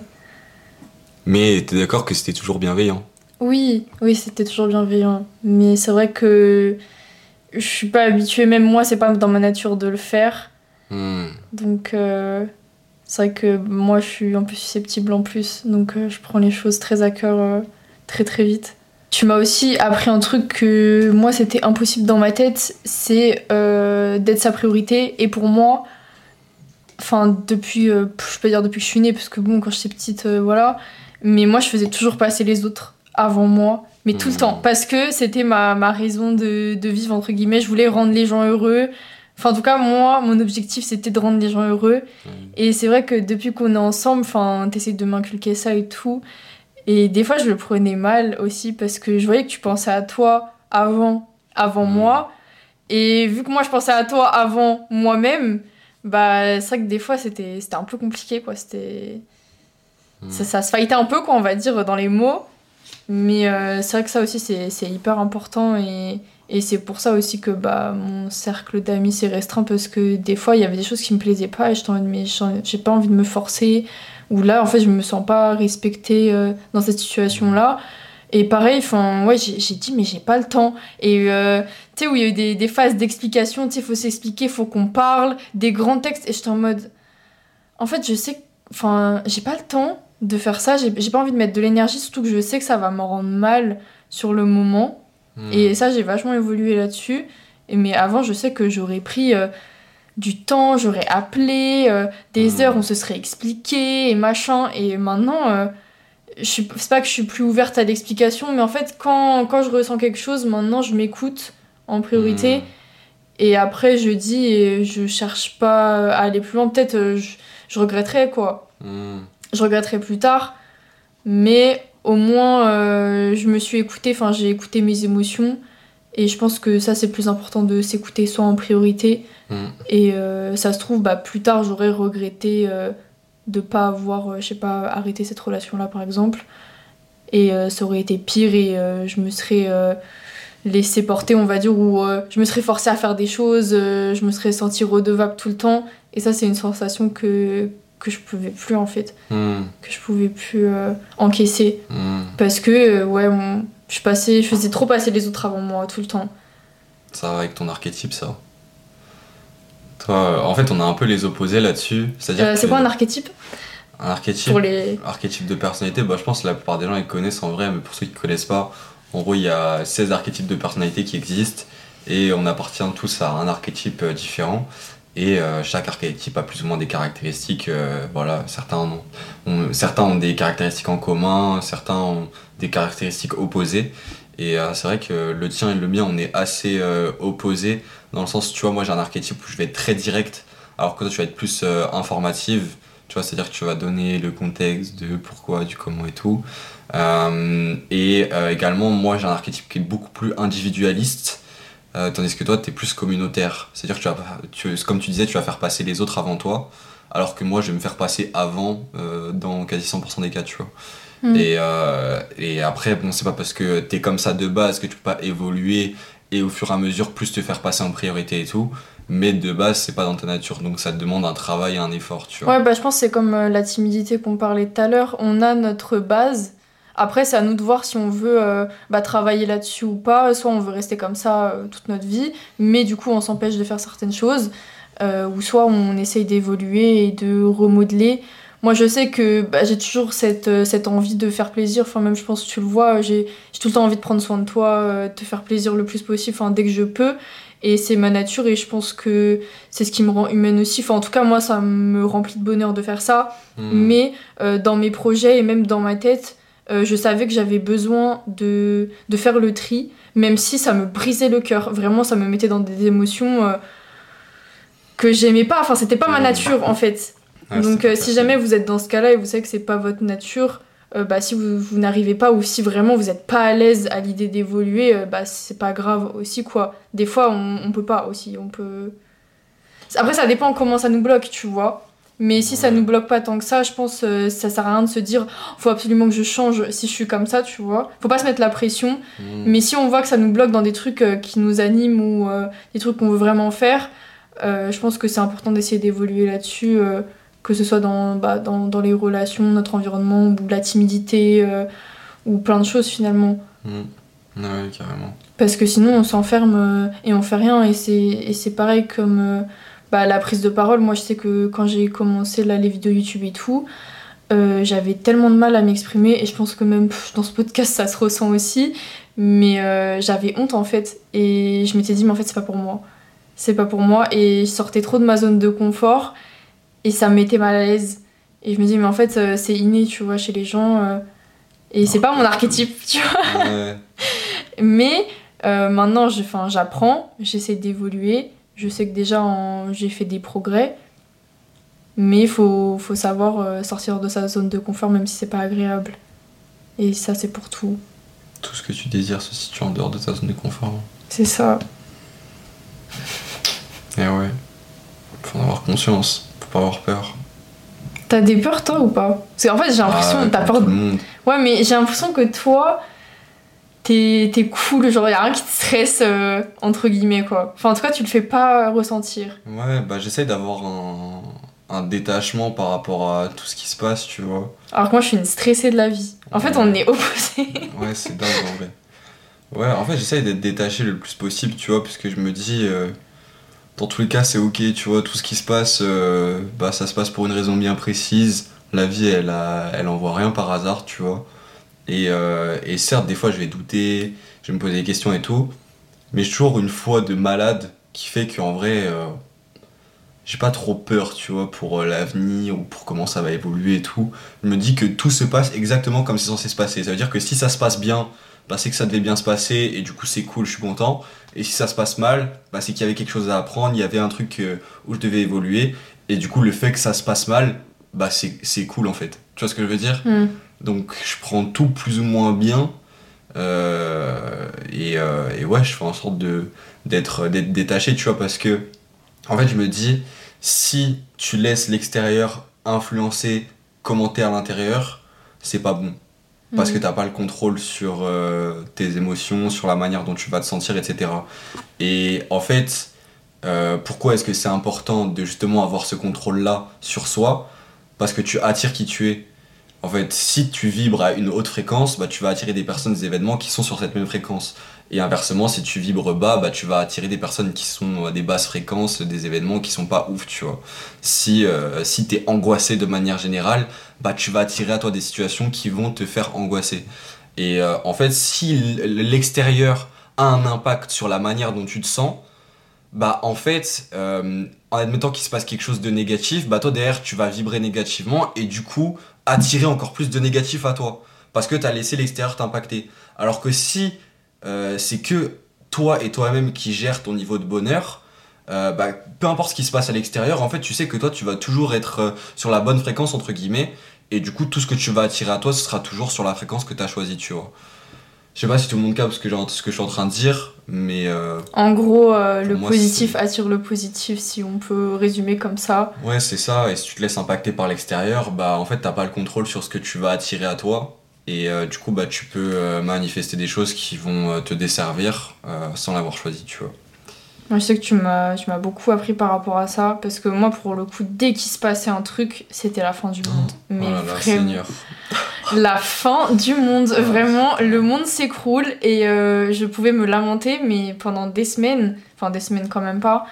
Mais t'es d'accord que c'était toujours bienveillant. Oui, oui, c'était toujours bienveillant. Mais c'est vrai que je suis pas habituée, même moi, c'est pas dans ma nature de le faire. Hmm. Donc, euh, c'est vrai que moi, je suis un peu susceptible en plus. Donc, euh, je prends les choses très à cœur, euh, très très vite. Tu m'as aussi appris un truc que moi, c'était impossible dans ma tête, c'est euh, d'être sa priorité. Et pour moi, enfin, depuis, euh, je peux dire depuis que je suis née, parce que bon, quand j'étais petite, euh, voilà. Mais moi, je faisais toujours passer les autres avant moi, mais tout le temps. Hmm. Parce que c'était ma, ma raison de, de vivre, entre guillemets. Je voulais rendre les gens heureux. Enfin, en tout cas, moi, mon objectif, c'était de rendre les gens heureux. Hmm. Et c'est vrai que depuis qu'on est ensemble, enfin, t'essaies de m'inculquer ça et tout. Et des fois, je le prenais mal aussi, parce que je voyais que tu pensais à toi avant, avant Hmm. moi. Et vu que moi, je pensais à toi avant moi-même, bah, c'est vrai que des fois, c'était, c'était un peu compliqué, quoi. C'était... Hmm. Ça, ça se fightait un peu, quoi, on va dire, dans les mots. Mais euh, c'est vrai que ça aussi, c'est, c'est hyper important. Et, et c'est pour ça aussi que bah, mon cercle d'amis s'est restreint, parce que des fois, il y avait des choses qui me plaisaient pas et j'étais en mode, mais j'en- j'ai pas envie de me forcer. Ou là, en fait, je me sens pas respectée euh, dans cette situation-là. Et pareil, enfin, ouais, j'ai j'ai dit, mais j'ai pas le temps. Et euh, tu sais, où il y a eu des, des phases d'explication, tu sais, faut s'expliquer, faut qu'on parle, des grands textes. Et j'étais en mode, en fait, je sais, que- enfin, j'ai pas le temps de faire ça, j'ai j'ai pas envie de mettre de l'énergie, surtout que je sais que ça va me rendre mal sur le moment. Hmm. Et ça, j'ai vachement évolué là-dessus. Et mais avant, je sais que j'aurais pris euh, du temps, j'aurais appelé, euh, des Hmm. heures, on se serait expliqué et machin. Et maintenant. euh, je suis- c'est pas que je suis plus ouverte à l'explication, mais en fait, quand, quand je ressens quelque chose, maintenant, je m'écoute en priorité. Hmm. Et après, je dis, et je cherche pas à aller plus loin. Peut-être, euh, je, je regretterai, quoi. Hmm. Je regretterai plus tard. Mais au moins, euh, je me suis écoutée, enfin, j'ai écouté mes émotions. Et je pense que ça, c'est plus important de s'écouter soi en priorité. Hmm. Et euh, ça se trouve, bah, plus tard, j'aurais regretté euh, de pas avoir, euh, je sais pas, arrêté cette relation-là, par exemple. Et euh, ça aurait été pire et euh, je me serais euh, laissée porter, on va dire, ou euh, je me serais forcée à faire des choses, euh, je me serais sentie redevable tout le temps. Et ça, c'est une sensation que, que je pouvais plus, en fait, Hmm. que je pouvais plus euh, encaisser. Hmm. Parce que, euh, ouais, on- je, passais, je faisais trop passer les autres avant moi, tout le temps. Ça va avec ton archétype, ça. Toi, euh, en fait, on a un peu les opposés là-dessus. C'est-à-dire Euh, c'est que quoi un archétype un archétype, pour les... archétype de personnalité, bah, je pense que la plupart des gens ils connaissent en vrai, mais pour ceux qui connaissent pas, en gros, il y a seize archétypes de personnalité qui existent et on appartient tous à un archétype euh, différent. Et euh, chaque archétype a plus ou moins des caractéristiques. euh, voilà, certains, ont, ont- certains ont des caractéristiques en commun, certains ont des caractéristiques opposées. Et euh, c'est vrai que le tien et le mien, on est assez euh, opposés dans le sens, tu vois, moi j'ai un archétype où je vais être très direct, alors que toi tu vas être plus euh, informative. Tu vois, c'est-à-dire que tu vas donner le contexte de pourquoi, du comment et tout. Euh, et euh, également, moi j'ai un archétype qui est beaucoup plus individualiste. Euh, tandis que toi, t'es plus communautaire. C'est-à-dire que tu vas, tu, comme tu disais, tu vas faire passer les autres avant toi, alors que moi, je vais me faire passer avant euh, dans quasi cent pour cent des cas, tu vois. Mm. Et, euh, et après, bon, c'est pas parce que t'es comme ça de base que tu peux pas évoluer et au fur et à mesure plus te faire passer en priorité et tout. Mais de base, c'est pas dans ta nature, donc ça te demande un travail et un effort, tu vois. Ouais, bah, je pense que c'est comme euh, la timidité qu'on parlait tout à l'heure. On a notre base. Après, c'est à nous de voir si on veut euh, bah, travailler là-dessus ou pas. Soit on veut rester comme ça euh, toute notre vie, mais du coup, on s'empêche de faire certaines choses. Euh, ou soit on essaye d'évoluer et de remodeler. moi je sais que bah, j'ai toujours cette, euh, cette envie de faire plaisir, enfin même je pense que tu le vois, j'ai, j'ai tout le temps envie de prendre soin de toi, euh, de te faire plaisir le plus possible, enfin dès que je peux, et c'est ma nature et je pense que c'est ce qui me rend humaine aussi, enfin en tout cas moi ça me remplit de bonheur de faire ça, Mmh. mais euh, dans mes projets et même dans ma tête, euh, je savais que j'avais besoin de, de faire le tri, même si ça me brisait le cœur, vraiment ça me mettait dans des émotions euh, que j'aimais pas, enfin c'était pas ma nature en fait. Ouais, Donc c'est euh, pas si facile. jamais vous êtes dans ce cas-là et vous savez que c'est pas votre nature, euh, bah si vous, vous n'arrivez pas ou si vraiment vous êtes pas à l'aise à l'idée d'évoluer, euh, bah c'est pas grave aussi quoi. Des fois on, on peut pas aussi, on peut... Après ça dépend comment ça nous bloque, tu vois. Mais si ça Ouais. nous bloque pas tant que ça, je pense euh, ça sert à rien de se dire oh, faut absolument que je change si je suis comme ça, tu vois. Faut pas se mettre la pression. Mmh. Mais si on voit que ça nous bloque dans des trucs euh, qui nous animent ou euh, des trucs qu'on veut vraiment faire, euh, je pense que c'est important d'essayer d'évoluer là-dessus, euh, que ce soit dans, bah, dans, dans les relations, notre environnement, ou la timidité, euh, ou plein de choses finalement. Mmh. Ouais, carrément. Parce que sinon on s'enferme euh, et on fait rien. Et c'est, et c'est pareil comme euh, bah, la prise de parole. Moi je sais que quand j'ai commencé là, les vidéos YouTube et tout, euh, j'avais tellement de mal à m'exprimer. Et je pense que même pff, dans ce podcast ça se ressent aussi. Mais euh, j'avais honte en fait. Et je m'étais dit mais en fait c'est pas pour moi. C'est pas pour moi. Et je sortais trop de ma zone de confort. Et ça me mettait mal à l'aise. Et je me dis mais en fait euh, c'est inné tu vois chez les gens. euh, et c'est pas mon archétype tu vois. Ouais. Mais euh, maintenant, je- 'fin, j'apprends, j'essaie d'évoluer. Je sais que déjà, en- j'ai fait des progrès. Mais il faut, faut savoir euh, sortir de sa zone de confort, même si c'est pas agréable. Et ça, c'est pour tout. Tout ce que tu désires se situe en dehors de ta zone de confort. C'est ça. Et ouais. Faut en avoir conscience. Faut pas avoir peur. T'as des peurs, toi, ou pas? Parce qu'en fait, j'ai l'impression Ah, que t'as comme peur. tout de- le monde. Ouais, mais j'ai l'impression que toi, t'es, t'es cool. Genre, y'a rien qui te stresse, euh, entre guillemets, quoi. Enfin, en tout cas, tu le fais pas ressentir. Ouais, bah j'essaie d'avoir un, un détachement par rapport à tout ce qui se passe, tu vois. Alors que moi, je suis une stressée de la vie. En fait, on est opposés. Ouais, c'est dingue en vrai. Ouais, en fait, j'essaie d'être détaché le plus possible, tu vois, parce que je me dis, euh, dans tous les cas, c'est ok, tu vois, tout ce qui se passe, euh, bah ça se passe pour une raison bien précise. La vie, elle, a, elle envoie rien par hasard, tu vois. Et, euh, et certes, des fois, je vais douter, je vais me poser des questions et tout, mais j'ai toujours une foi de malade qui fait qu'en vrai, euh, j'ai pas trop peur, tu vois, pour euh, l'avenir ou pour comment ça va évoluer et tout. Je me dis que tout se passe exactement comme c'est censé se passer. Ça veut dire que si ça se passe bien, bah c'est que ça devait bien se passer et du coup c'est cool, je suis content. Et si ça se passe mal, bah c'est qu'il y avait quelque chose à apprendre, il y avait un truc euh, où je devais évoluer. Et du coup le fait que ça se passe mal, bah c'est, c'est cool en fait. Tu vois ce que je veux dire ? Hmm. Donc je prends tout plus ou moins bien. Euh, et, euh, et ouais, je fais en sorte de, d'être, d'être détaché, tu vois, parce que en fait je me dis, si tu laisses l'extérieur influencer, commenter à l'intérieur, c'est pas bon. Parce que Mhm. t'as pas le contrôle sur euh, tes émotions, sur la manière dont tu vas te sentir, et cetera. Et en fait, euh, pourquoi est-ce que c'est important de justement avoir ce contrôle-là sur soi ? Parce que tu attires qui tu es. En fait, si tu vibres à une haute fréquence, bah, tu vas attirer des personnes, des événements qui sont sur cette même fréquence. Et inversement, si tu vibres bas, bah, tu vas attirer des personnes qui sont à des basses fréquences, des événements qui sont pas ouf, tu vois. Si, euh, si t'es angoissé de manière générale, bah, tu vas attirer à toi des situations qui vont te faire angoisser. Et euh, en fait, si l'extérieur a un impact sur la manière dont tu te sens, bah en fait, euh, en admettant qu'il se passe quelque chose de négatif, bah toi derrière tu vas vibrer négativement et du coup attirer encore plus de négatif à toi. Parce que t'as laissé l'extérieur t'impacter. Alors que si euh, c'est que toi et toi-même qui gères ton niveau de bonheur, euh, bah, peu importe ce qui se passe à l'extérieur, en fait tu sais que toi tu vas toujours être euh, sur la bonne fréquence entre guillemets. Et du coup tout ce que tu vas attirer à toi ce sera toujours sur la fréquence que t'as choisie, tu vois. Je sais pas si tout le monde capte ce que, ce que je suis en train de dire, mais... Euh, En gros, euh, le moi, positif c'est- attire le positif, si on peut résumer comme ça. Ouais, c'est ça, et si tu te laisses impacter par l'extérieur, bah en fait t'as pas le contrôle sur ce que tu vas attirer à toi, et euh, du coup bah tu peux euh, manifester des choses qui vont euh, te desservir euh, sans l'avoir choisi, tu vois. Moi, je sais que tu m'as, tu m'as beaucoup appris par rapport à ça, parce que moi, pour le coup, dès qu'il se passait un truc, c'était la fin du monde. Mais oh là là, vraiment, Seigneur. la fin du monde. Vraiment, le monde s'écroule et euh, je pouvais me lamenter, mais pendant des semaines, enfin des semaines quand même pas,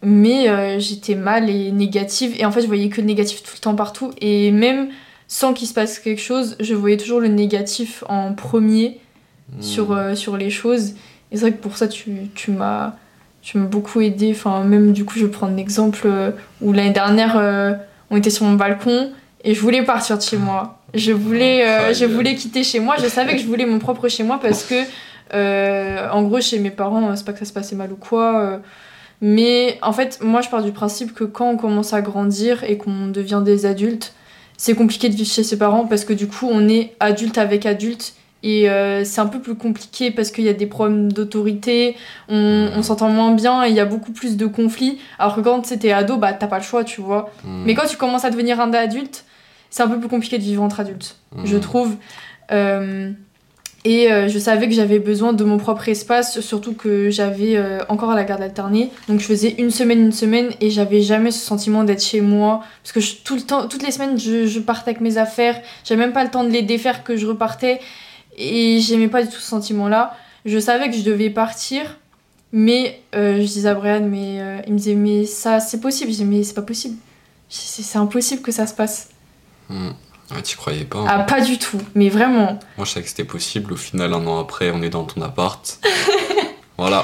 mais euh, j'étais mal et négative. Et en fait, je voyais que le négatif tout le temps partout. Et même sans qu'il se passe quelque chose, je voyais toujours le négatif en premier mmh. sur, euh, sur les choses. Et c'est vrai que pour ça, tu, tu m'as... Tu m'as beaucoup aidée, enfin même du coup je vais prendre un exemple euh, où l'année dernière euh, on était sur mon balcon et je voulais partir de chez moi. Je voulais, euh, je voulais quitter chez moi, je savais que je voulais mon propre chez moi parce que euh, en gros chez mes parents c'est pas que ça se passait mal ou quoi, euh, mais en fait moi je pars du principe que quand on commence à grandir et qu'on devient des adultes, c'est compliqué de vivre chez ses parents parce que du coup on est adulte avec adulte. Et euh, c'est un peu plus compliqué parce qu'il y a des problèmes d'autorité, on, on s'entend moins bien et il y a beaucoup plus de conflits. Alors que quand t'es ado, bah t'as pas le choix, tu vois. Mmh. Mais quand tu commences à devenir un adulte, c'est un peu plus compliqué de vivre entre adultes, mmh. je trouve. Euh, et euh, je savais que j'avais besoin de mon propre espace, surtout que j'avais euh, encore à la garde alternée. Donc je faisais une semaine, une semaine et j'avais jamais ce sentiment d'être chez moi. Parce que je, tout le temps, toutes les semaines, je, je partais avec mes affaires. J'avais même pas le temps de les défaire que je repartais. Et j'aimais pas du tout ce sentiment-là. Je savais que je devais partir, mais euh, je disais à Brian, mais euh, il me disait, mais ça, c'est possible. Je disais, mais c'est pas possible. C'est, c'est impossible que ça se passe. Mmh. Ah, t'y croyais pas hein. Ah, pas du tout, mais vraiment. Moi, je savais que c'était possible. Au final, un an après, on est dans ton appart. Voilà.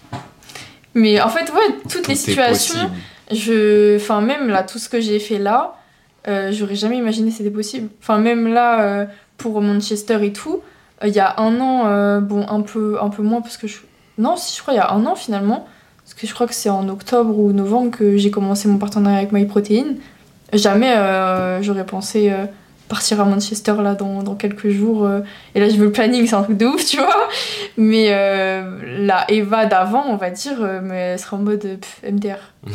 Mais en fait, ouais, toutes tout les situations, je... enfin, même là, tout ce que j'ai fait là, euh, j'aurais jamais imaginé que c'était possible. Enfin, même là, euh, pour Manchester et tout, il y a un an, euh, bon, un peu, un peu moins, parce que je... Non, si, je crois il y a un an, finalement, parce que je crois que c'est en octobre ou novembre que j'ai commencé mon partenariat avec MyProtein. Jamais euh, j'aurais pensé euh, partir à Manchester, là, dans, dans quelques jours. Euh, et là, je veux le planning, c'est un truc de ouf, tu vois. Mais euh, la Eva d'avant, on va dire, euh, mais elle sera en mode pff, M D R.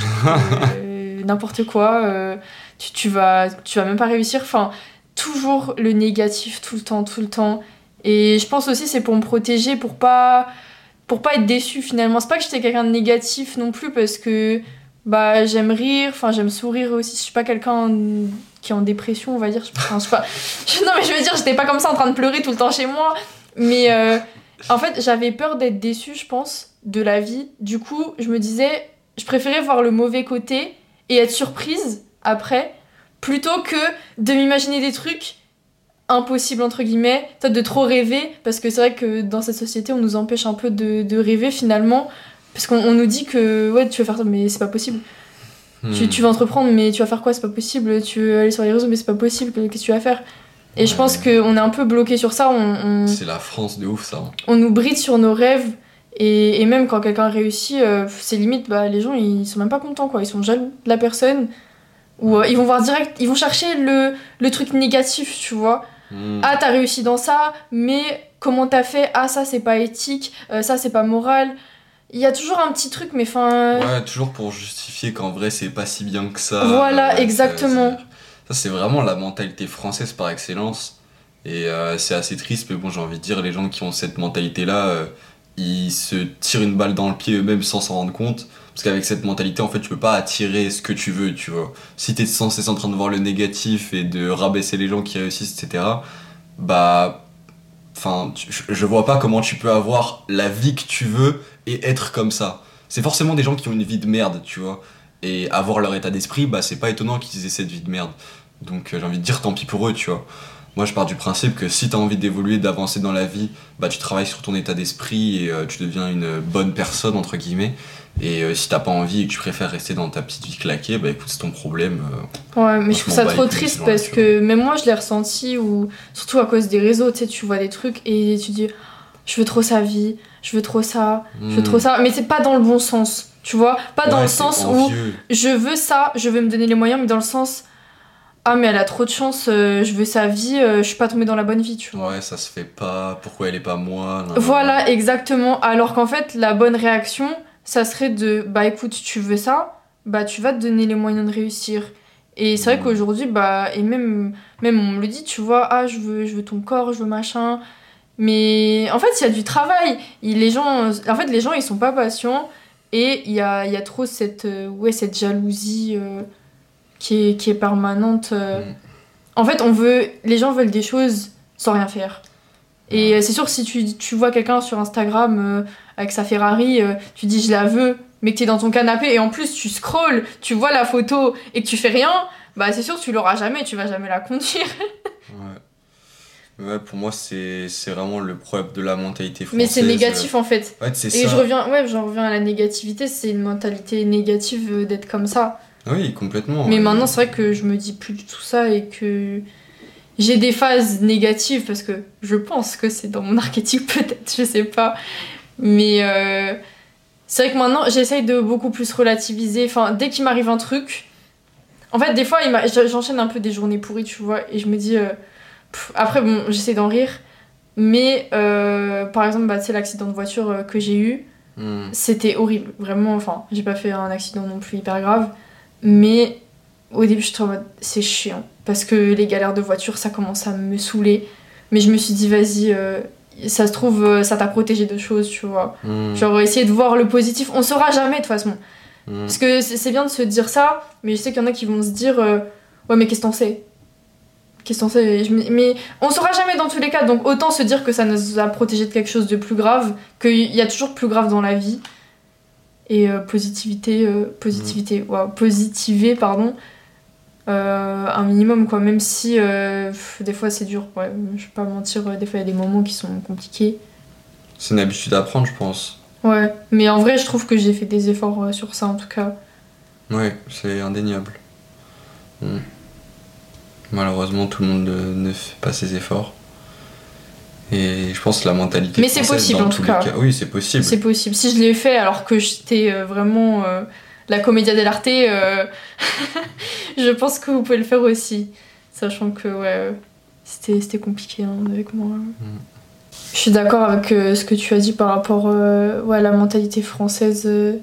euh, n'importe quoi, euh, tu, tu, vas, tu vas même pas réussir, enfin... Toujours le négatif, tout le temps, tout le temps. Et je pense aussi c'est pour me protéger, pour pas, pour pas être déçue finalement. C'est pas que j'étais quelqu'un de négatif non plus parce que bah, j'aime rire, enfin j'aime sourire aussi. Je suis pas quelqu'un qui est en dépression, on va dire. Enfin, je sais pas... Non mais je veux dire, j'étais pas comme ça en train de pleurer tout le temps chez moi. Mais euh, en fait, j'avais peur d'être déçue, je pense, de la vie. Du coup, je me disais, je préférais voir le mauvais côté et être surprise après, plutôt que de m'imaginer des trucs impossibles, entre guillemets, peut-être de trop rêver, parce que c'est vrai que dans cette société, on nous empêche un peu de, de rêver finalement, parce qu'on on nous dit que ouais, tu veux faire ça, mais c'est pas possible. Hmm. Tu, tu veux entreprendre, mais tu vas faire quoi, c'est pas possible. Tu veux aller sur les réseaux, mais c'est pas possible, qu'est-ce que tu vas faire? Et ouais. Je pense qu'on est un peu bloqué sur ça. On, on... C'est la France de ouf, ça. On nous bride sur nos rêves, et, et même quand quelqu'un réussit, euh, c'est limite, bah, les gens ils sont même pas contents, quoi. Ils sont jaloux de la personne. Ou euh, ils vont voir direct, ils vont chercher le, le truc négatif, tu vois. Mmh. Ah, t'as réussi dans ça, mais comment t'as fait? Ah, ça, c'est pas éthique, euh, ça, c'est pas moral. Il y a toujours un petit truc, mais enfin... Ouais, toujours pour justifier qu'en vrai, c'est pas si bien que ça. Voilà, ouais, exactement. C'est... Ça, c'est vraiment la mentalité française par excellence. Et euh, c'est assez triste, mais bon, j'ai envie de dire, les gens qui ont cette mentalité-là, euh, ils se tirent une balle dans le pied eux-mêmes sans s'en rendre compte. Parce qu'avec cette mentalité, en fait, tu peux pas attirer ce que tu veux, tu vois. Si t'es sans cesse en train de voir le négatif et de rabaisser les gens qui réussissent, et cetera, bah... Enfin, je vois pas comment tu peux avoir la vie que tu veux et être comme ça. C'est forcément des gens qui ont une vie de merde, tu vois. Et avoir leur état d'esprit, bah c'est pas étonnant qu'ils aient cette vie de merde. Donc j'ai envie de dire tant pis pour eux, tu vois. Moi je pars du principe que si t'as envie d'évoluer, d'avancer dans la vie, bah tu travailles sur ton état d'esprit et euh, tu deviens une bonne personne, entre guillemets. Et euh, si t'as pas envie et que tu préfères rester dans ta petite vie claquée, bah écoute, c'est ton problème. Euh, ouais, mais je trouve ça trop triste parce que même moi je l'ai ressenti, ou surtout à cause des réseaux, tu sais, tu vois des trucs et tu dis je veux trop sa vie, je veux trop ça, mmh. je veux trop ça, mais c'est pas dans le bon sens, tu vois, pas ouais, dans le sens envieux. Où je veux ça, je veux me donner les moyens, mais dans le sens ah mais elle a trop de chance, euh, je veux sa vie, euh, je suis pas tombée dans la bonne vie, tu vois. Ouais, ça se fait pas, pourquoi elle est pas moi? Non, voilà, non. Exactement, alors qu'en fait la bonne réaction ça serait de bah écoute, tu veux ça, bah tu vas te donner les moyens de réussir. Et c'est mmh. vrai qu'aujourd'hui, bah, et même, même on me le dit, tu vois, ah je veux, je veux ton corps, je veux machin. Mais en fait, il y a du travail. Il, les gens, en fait, les gens, ils sont pas patients. Et il y a, y a trop cette, euh, ouais, cette jalousie euh, qui, est, qui est permanente. Euh. Mmh. En fait, on veut, les gens veulent des choses sans rien faire. Et mmh. c'est sûr que si tu, tu vois quelqu'un sur Instagram euh, avec sa Ferrari, euh, tu dis je la veux, mais que t'es dans ton canapé et en plus tu scrolles, tu vois la photo et que tu fais rien, bah c'est sûr que tu l'auras jamais, tu vas jamais la conduire. Ouais. Ouais, pour moi, c'est, c'est vraiment le problème de la mentalité française. Mais c'est négatif en fait. Ouais, c'est et ça. je reviens, ouais, j'en reviens à la négativité, c'est une mentalité négative d'être comme ça. Oui, complètement. Mais ouais. maintenant, c'est vrai que je me dis plus du tout ça et que j'ai des phases négatives parce que je pense que c'est dans mon archétype, peut-être, je sais pas. Mais euh, c'est vrai que maintenant, j'essaye de beaucoup plus relativiser. Enfin, dès qu'il m'arrive un truc, en fait, des fois, il m'a- j'enchaîne un peu des journées pourries, tu vois, et je me dis. Euh, pff, après, bon, j'essaie d'en rire. Mais euh, par exemple, bah, tu sais, l'accident de voiture euh, que j'ai eu, Hmm. c'était horrible. Vraiment, enfin, j'ai pas fait un accident non plus hyper grave. Mais au début, j'étais en mode, c'est chiant. Parce que les galères de voiture, ça commence à me saouler. Mais je me suis dit, vas-y, euh, ça se trouve, euh, ça t'a protégé de choses, tu vois. Hmm. Genre, essayer de voir le positif. On saura jamais, de toute façon. Hmm. Parce que c'est c'est bien de se dire ça, mais je sais qu'il y en a qui vont se dire, euh, ouais, mais qu'est-ce que t'en sais? Qu'est-ce que t'en sais? Et je me- Mais on saura jamais dans tous les cas, donc autant se dire que ça nous a protégé de quelque chose de plus grave, qu'il y a toujours plus grave dans la vie. Et euh, positivité, euh, positivité, waouh, positiver, pardon, euh, un minimum, quoi. Même si euh, pff, des fois c'est dur, ouais, je vais pas mentir, euh, des fois il y a des moments qui sont compliqués. C'est une habitude à prendre, je pense. Ouais, mais en vrai, je trouve que j'ai fait des efforts euh, sur ça en tout cas. Ouais, c'est indéniable. Hmm. Malheureusement, tout le monde ne, ne fait pas ses efforts. Et je pense que la mentalité Mais c'est française, possible, dans en tous tout les cas. Oui, c'est possible. C'est possible. Si je l'ai fait alors que j'étais euh, vraiment euh, la commedia dell'arte, euh, je pense que vous pouvez le faire aussi. Sachant que ouais, euh, c'était, c'était compliqué hein, avec moi. Je suis d'accord avec euh, ce que tu as dit par rapport euh, ouais, à la mentalité française. euh.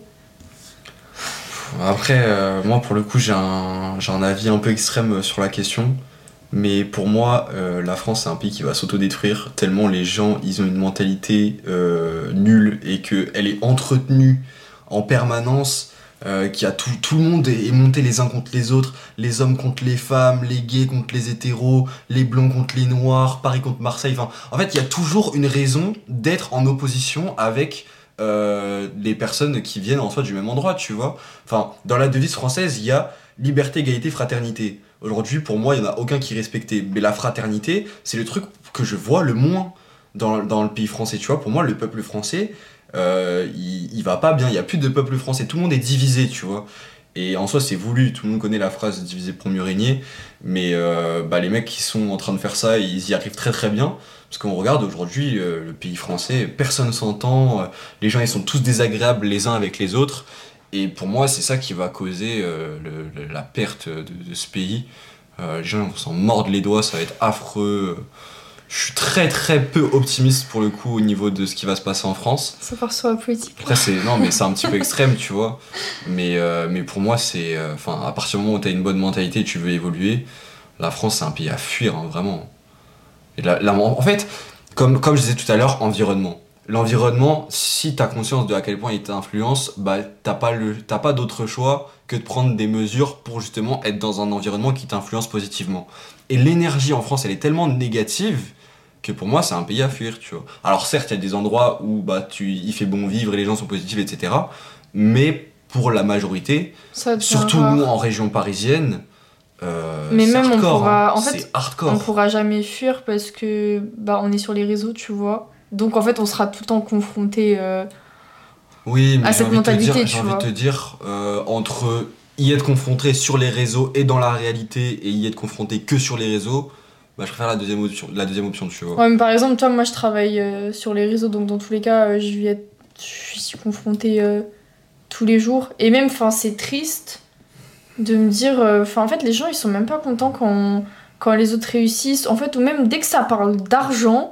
Après, euh, moi, pour le coup, j'ai un, j'ai un avis un peu extrême sur la question. Mais pour moi, euh, la France, c'est un pays qui va s'autodétruire tellement les gens, ils ont une mentalité euh, nulle et qu'elle est entretenue en permanence, euh, qu'il y a tout, tout le monde est, est monté les uns contre les autres, les hommes contre les femmes, les gays contre les hétéros, les blancs contre les noirs, Paris contre Marseille. Enfin, en fait, il y a toujours une raison d'être en opposition avec euh, les personnes qui viennent en soi du même endroit, tu vois. Enfin, dans la devise française, il y a liberté, égalité, fraternité. Aujourd'hui, pour moi, il n'y en a aucun qui est respecté. Mais la fraternité, c'est le truc que je vois le moins dans, dans le pays français. Tu vois, pour moi, le peuple français, euh, il, il va pas bien. Il n'y a plus de peuple français. Tout le monde est divisé, tu vois. Et en soi, c'est voulu. Tout le monde connaît la phrase diviser pour mieux régner. Mais euh, bah, les mecs qui sont en train de faire ça, ils y arrivent très très bien. Parce qu'on regarde aujourd'hui, euh, le pays français, personne s'entend. Euh, les gens, ils sont tous désagréables les uns avec les autres. Et pour moi, c'est ça qui va causer euh, le, le- la perte de, de ce pays. Euh, les gens vont s'en mordre les doigts, ça va être affreux. Je suis très très peu optimiste pour le coup au niveau de ce qui va se passer en France. Ça part sur la politique. Après, c'est, non, mais c'est un petit peu extrême, tu vois. Mais, euh, mais pour moi, c'est. Enfin, à partir du moment où tu as une bonne mentalité et tu veux évoluer, la France, c'est un pays à fuir, hein, vraiment. Et là, là, en fait, comme, comme je disais tout à l'heure, environnement. L'environnement, si tu as conscience de à quel point il t'influence, bah, t'as pas, le, t'as pas d'autre choix que de prendre des mesures pour justement être dans un environnement qui t'influence positivement. Et l'énergie en France, elle est tellement négative que pour moi, c'est un pays à fuir, tu vois. Alors certes, il y a des endroits où bah, tu, il fait bon vivre et les gens sont positifs, et cetera. Mais pour la majorité, Ça devient surtout rare. nous en région parisienne, euh, Mais c'est même on hardcore, pourra- hein. en fait, c'est hardcore. On pourra jamais fuir parce que bah on est sur les réseaux, tu vois. Donc en fait, on sera tout le temps confronté. euh, Oui, mais à j'ai cette envie de te mentalité, dire, tu j'ai envie vois. de te dire euh, entre y être confronté sur les réseaux et dans la réalité et y être confronté que sur les réseaux, bah, je préfère la deuxième option, la deuxième option, tu vois. Ouais, mais par exemple, toi, moi, je travaille euh, sur les réseaux, donc dans tous les cas, euh, je lui ai- je suis confrontée euh, tous les jours. Et même, enfin, c'est triste de me dire, euh, enfin, en fait, les gens, ils sont même pas contents quand quand les autres réussissent. En fait, ou même dès que ça parle d'argent,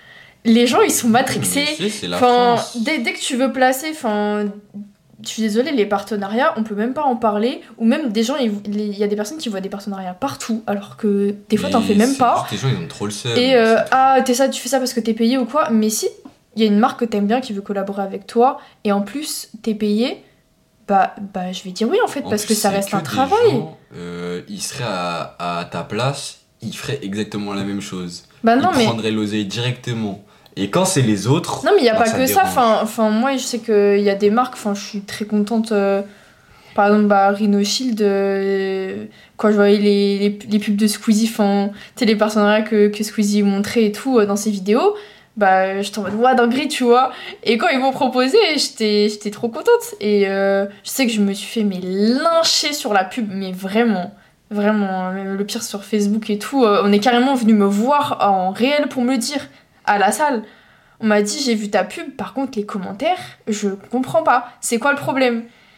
les gens, ils sont matrixés. Mais si, c'est la Enfin, France. dès, dès que tu veux placer, enfin, je suis désolée, les partenariats, on peut même pas en parler. Ou même des gens, il il y a des personnes qui voient des partenariats partout, alors que des fois, t'en Mais fais même c'est pas. juste, les gens, ils ont trop le seum. Et euh, c'est tout. ah, t'es ça, tu fais ça parce que t'es payé ou quoi. Mais si il y a une marque que t'aimes bien qui veut collaborer avec toi, et en plus, t'es payé, bah, bah je vais dire oui en fait, En parce plus, que ça c'est reste que un des travail. gens, euh, ils seraient à, à ta place, ils feraient exactement la même chose. Bah non, Ils mais. prendraient l'oseille directement. Et quand c'est les autres. Non, mais il n'y a bah, pas ça que ça. dérange. Enfin, enfin, moi, je sais qu'il y a des marques. Enfin, je suis très contente. euh, Par exemple, bah, Rhino Shield, euh, quand je voyais les, les, les pubs de Squeezie, enfin, tu sais, les partenariats que, que Squeezie montrait et tout euh, dans ses vidéos, bah, j'étais en mode, ouah, dinguerie, tu vois. Et quand ils m'ont proposé, j'étais, j'étais trop contente. Et euh, je sais que je me suis fait mais lyncher sur la pub, mais vraiment, vraiment, même le pire sur Facebook et tout. euh, on est carrément venu me voir en réel pour me le dire à la salle. On m'a dit, j'ai vu ta pub, par contre, les commentaires, je comprends pas. C'est quoi le problème?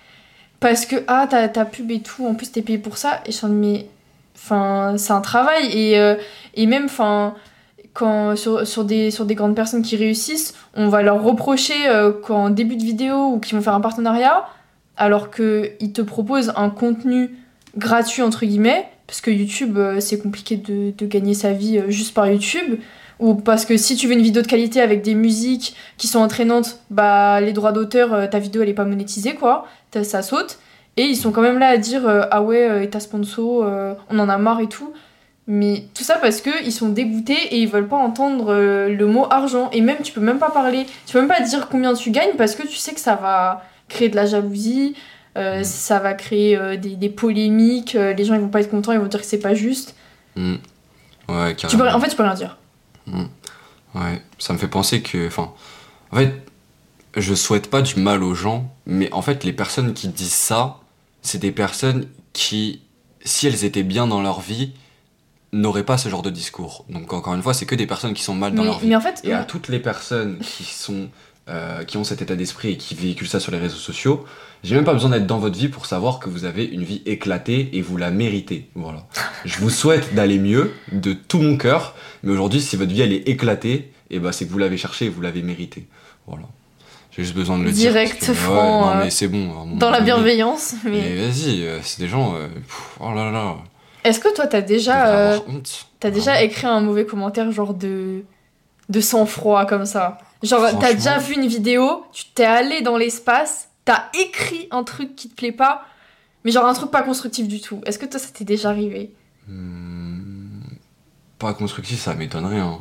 Parce que, ah, ta, ta pub et tout, en plus, t'es payé pour ça. Et je suis en mode, mais, enfin, c'est un travail. Et, euh, et même, enfin, quand, sur, sur, des, sur des grandes personnes qui réussissent, on va leur reprocher euh, qu'en début de vidéo ou qu'ils vont faire un partenariat, alors qu'ils te proposent un contenu gratuit, entre guillemets, parce que YouTube, euh, c'est compliqué de, de gagner sa vie euh, juste par YouTube. Ou parce que si tu veux une vidéo de qualité avec des musiques qui sont entraînantes, bah les droits d'auteur, euh, ta vidéo elle est pas monétisée quoi, T'as- ça saute. Et ils sont quand même là à dire euh, ah ouais, euh, et ta sponsor, euh, on en a marre et tout. Mais tout ça parce que ils sont dégoûtés et ils veulent pas entendre euh, le mot argent. Et même tu peux même pas parler, tu peux même pas dire combien tu gagnes parce que tu sais que ça va créer de la jalousie, euh, ça va créer euh, des, des polémiques, euh, les gens ils vont pas être contents, ils vont dire que c'est pas juste. Mm. Ouais, Tu carrément. peux, en fait tu peux rien dire. Mm. Ouais, ça me fait penser que. Enfin, en fait, je souhaite pas du mal aux gens, mais en fait, les personnes qui disent ça, c'est des personnes qui, si elles étaient bien dans leur vie, n'auraient pas ce genre de discours. Donc, encore une fois, c'est que des personnes qui sont mal dans Mais, leur vie. mais en fait, Et à toutes les personnes qui sont. euh, qui ont cet état d'esprit et qui véhiculent ça sur les réseaux sociaux, j'ai même pas besoin d'être dans votre vie pour savoir que vous avez une vie éclatée et vous la méritez. Voilà. Je vous souhaite d'aller mieux, de tout mon cœur, mais aujourd'hui, si votre vie elle est éclatée, et bah, c'est que vous l'avez cherché et vous l'avez méritée. Voilà. J'ai juste besoin de le Direct, dire. Parce que, franc, ouais, non, euh, mais c'est bon. à un moment dans la donné. bienveillance. Mais... Mais vas-y, euh, c'est des gens. euh, pff, oh là là. Est-ce que toi, t'as Ils déjà, devraient euh, avoir honte. t'as déjà Vraiment. écrit un mauvais commentaire, genre de, de sang-froid comme ça? Genre, t'as Franchement. déjà vu une vidéo, tu t'es allé dans l'espace, t'as écrit un truc qui te plaît pas, mais genre un truc pas constructif du tout. Est-ce que toi, ça t'est déjà arrivé? Hmm, pas constructif, ça m'étonnerait. Hein.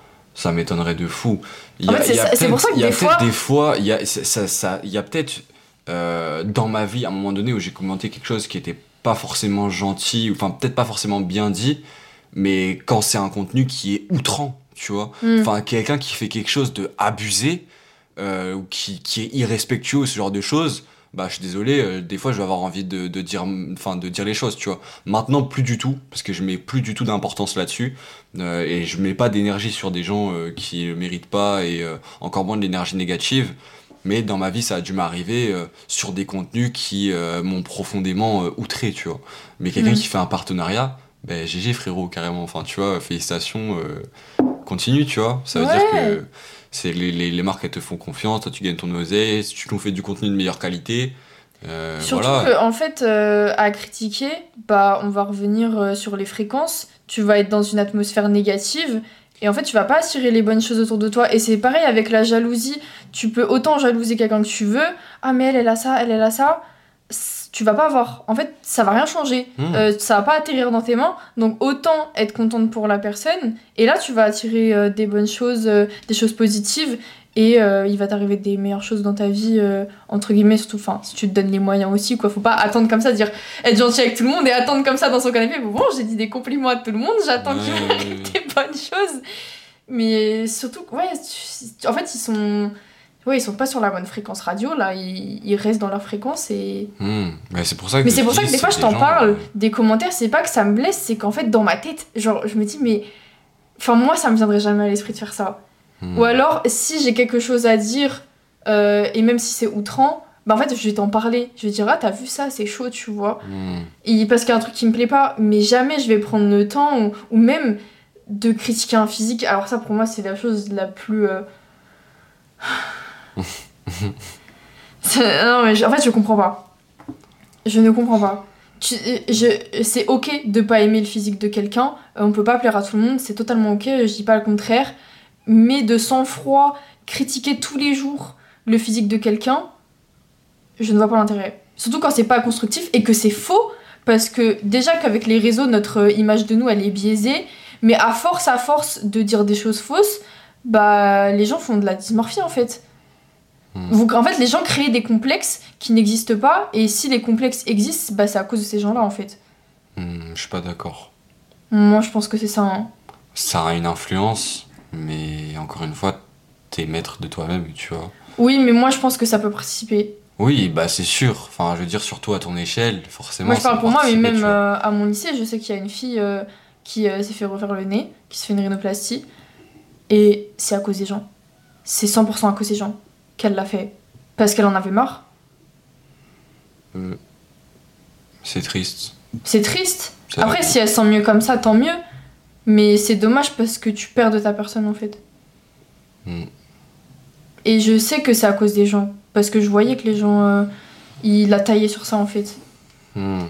Ça m'étonnerait de fou. Il En y a- fait, c'est il y a ça- c'est pour ça que peut-être- il y a des peut-être fois- des fois, il y a, ça, ça, ça- il y a peut-être euh, dans ma vie, à un moment donné, où j'ai commenté quelque chose qui était pas forcément gentil, ou enfin peut-être pas forcément bien dit, mais quand c'est un contenu qui est outrant, tu vois. Hmm. Enfin, quelqu'un qui fait quelque chose de abusé, euh, ou qui, qui est irrespectueux, ce genre de choses, bah je suis désolé, euh, des fois je vais avoir envie de, de dire, enfin de dire les choses, tu vois. Maintenant plus du tout, parce que je mets plus du tout d'importance là-dessus, euh, et je mets pas d'énergie sur des gens euh, qui le méritent pas, et euh, encore moins de l'énergie négative. Mais dans ma vie, ça a dû m'arriver euh, sur des contenus qui euh, m'ont profondément euh, outré, tu vois. Mais quelqu'un Mhm. qui fait un partenariat, ben G G frérot, carrément. Enfin, tu vois, félicitations, euh, continue, tu vois. Ça veut Ouais. dire que c'est les, les, les marques, elles te font confiance, toi tu gagnes ton oseille, si tu nous fais du contenu de meilleure qualité, euh, Surtout voilà. que, en fait, euh, à critiquer, bah, on va revenir euh, sur les fréquences. Tu vas être dans une atmosphère négative et en fait, tu vas pas attirer les bonnes choses autour de toi. Et c'est pareil avec la jalousie. Tu peux autant jalouser quelqu'un que tu veux. Ah, mais elle, elle a ça, elle, elle a ça. C- Tu vas pas avoir. En fait, ça va rien changer. Mmh. Euh, ça va pas atterrir dans tes mains. Donc, autant être contente pour la personne. Et là, tu vas attirer euh, des bonnes choses, euh, des choses positives. Et euh, il va t'arriver des meilleures choses dans ta vie, euh, entre guillemets, surtout, enfin, si tu te donnes les moyens aussi, quoi. Faut pas attendre comme ça, dire être gentil avec tout le monde et attendre comme ça dans son canapé. Bon, j'ai dit des compliments à tout le monde, j'attends Ouais, qu'il ouais, m'arrive ouais. des bonnes choses. Mais surtout, ouais, tu- en fait, ils sont. Ouais, ils sont pas sur la bonne fréquence radio, là, ils, ils restent dans leur fréquence et. Mmh. Mais c'est pour ça que Mais je c'est pour dis, ça que des fois, c'est je t'en gens, parle, euh, des commentaires, c'est pas que ça me blesse, c'est qu'en fait, dans ma tête, genre, je me dis, mais. Enfin, moi, ça me viendrait jamais à l'esprit de faire ça. mmh. Ou alors, si j'ai quelque chose à dire, euh, et même si c'est outrant, bah en fait, je vais t'en parler. Je vais dire, ah, t'as vu ça, c'est chaud, tu vois. Mmh. Et parce qu'il y a un truc qui me plaît pas, mais jamais je vais prendre le temps, ou, ou même de critiquer un physique. Alors, ça, pour moi, c'est la chose la plus. euh, c'est- non, mais je- en fait, je comprends pas. Je ne comprends pas. Tu- je- c'est ok de pas aimer le physique de quelqu'un, euh, on peut pas plaire à tout le monde, c'est totalement ok, je dis pas le contraire, mais de sang-froid, critiquer tous les jours le physique de quelqu'un, je ne vois pas l'intérêt. Surtout quand c'est pas constructif et que c'est faux, parce que déjà qu'avec les réseaux, notre euh, image de nous, elle est biaisée, mais à force, à force de dire des choses fausses, bah les gens font de la dysmorphie en fait. Hmm. Vous, en fait, les gens créent des complexes qui n'existent pas, et si les complexes existent, bah c'est à cause de ces gens-là en fait. Hmm, je suis pas d'accord. Moi, je pense que c'est ça. Hein. Ça a une influence, mais encore une fois, t'es maître de toi-même, tu vois. Oui, mais moi, je pense que ça peut participer. Oui, bah c'est sûr. Enfin, je veux dire, surtout à ton échelle, forcément. Moi, je ça parle va pour moi, mais participer, même tu vois. euh, à mon lycée, je sais qu'il y a une fille euh, qui euh, s'est fait refaire le nez, qui se fait une rhinoplastie, et c'est à cause des gens. C'est cent pour cent à cause des gens qu'elle l'a fait. Parce qu'elle en avait marre. Euh, c'est triste. C'est triste. C'est la Après, vie. si elle se sent mieux comme ça, tant mieux. Mais c'est dommage parce que tu perds de ta personne, en fait. Hmm. Et je sais que c'est à cause des gens. Parce que je voyais que les gens, euh, ils la taillaient sur ça, en fait. Hmm.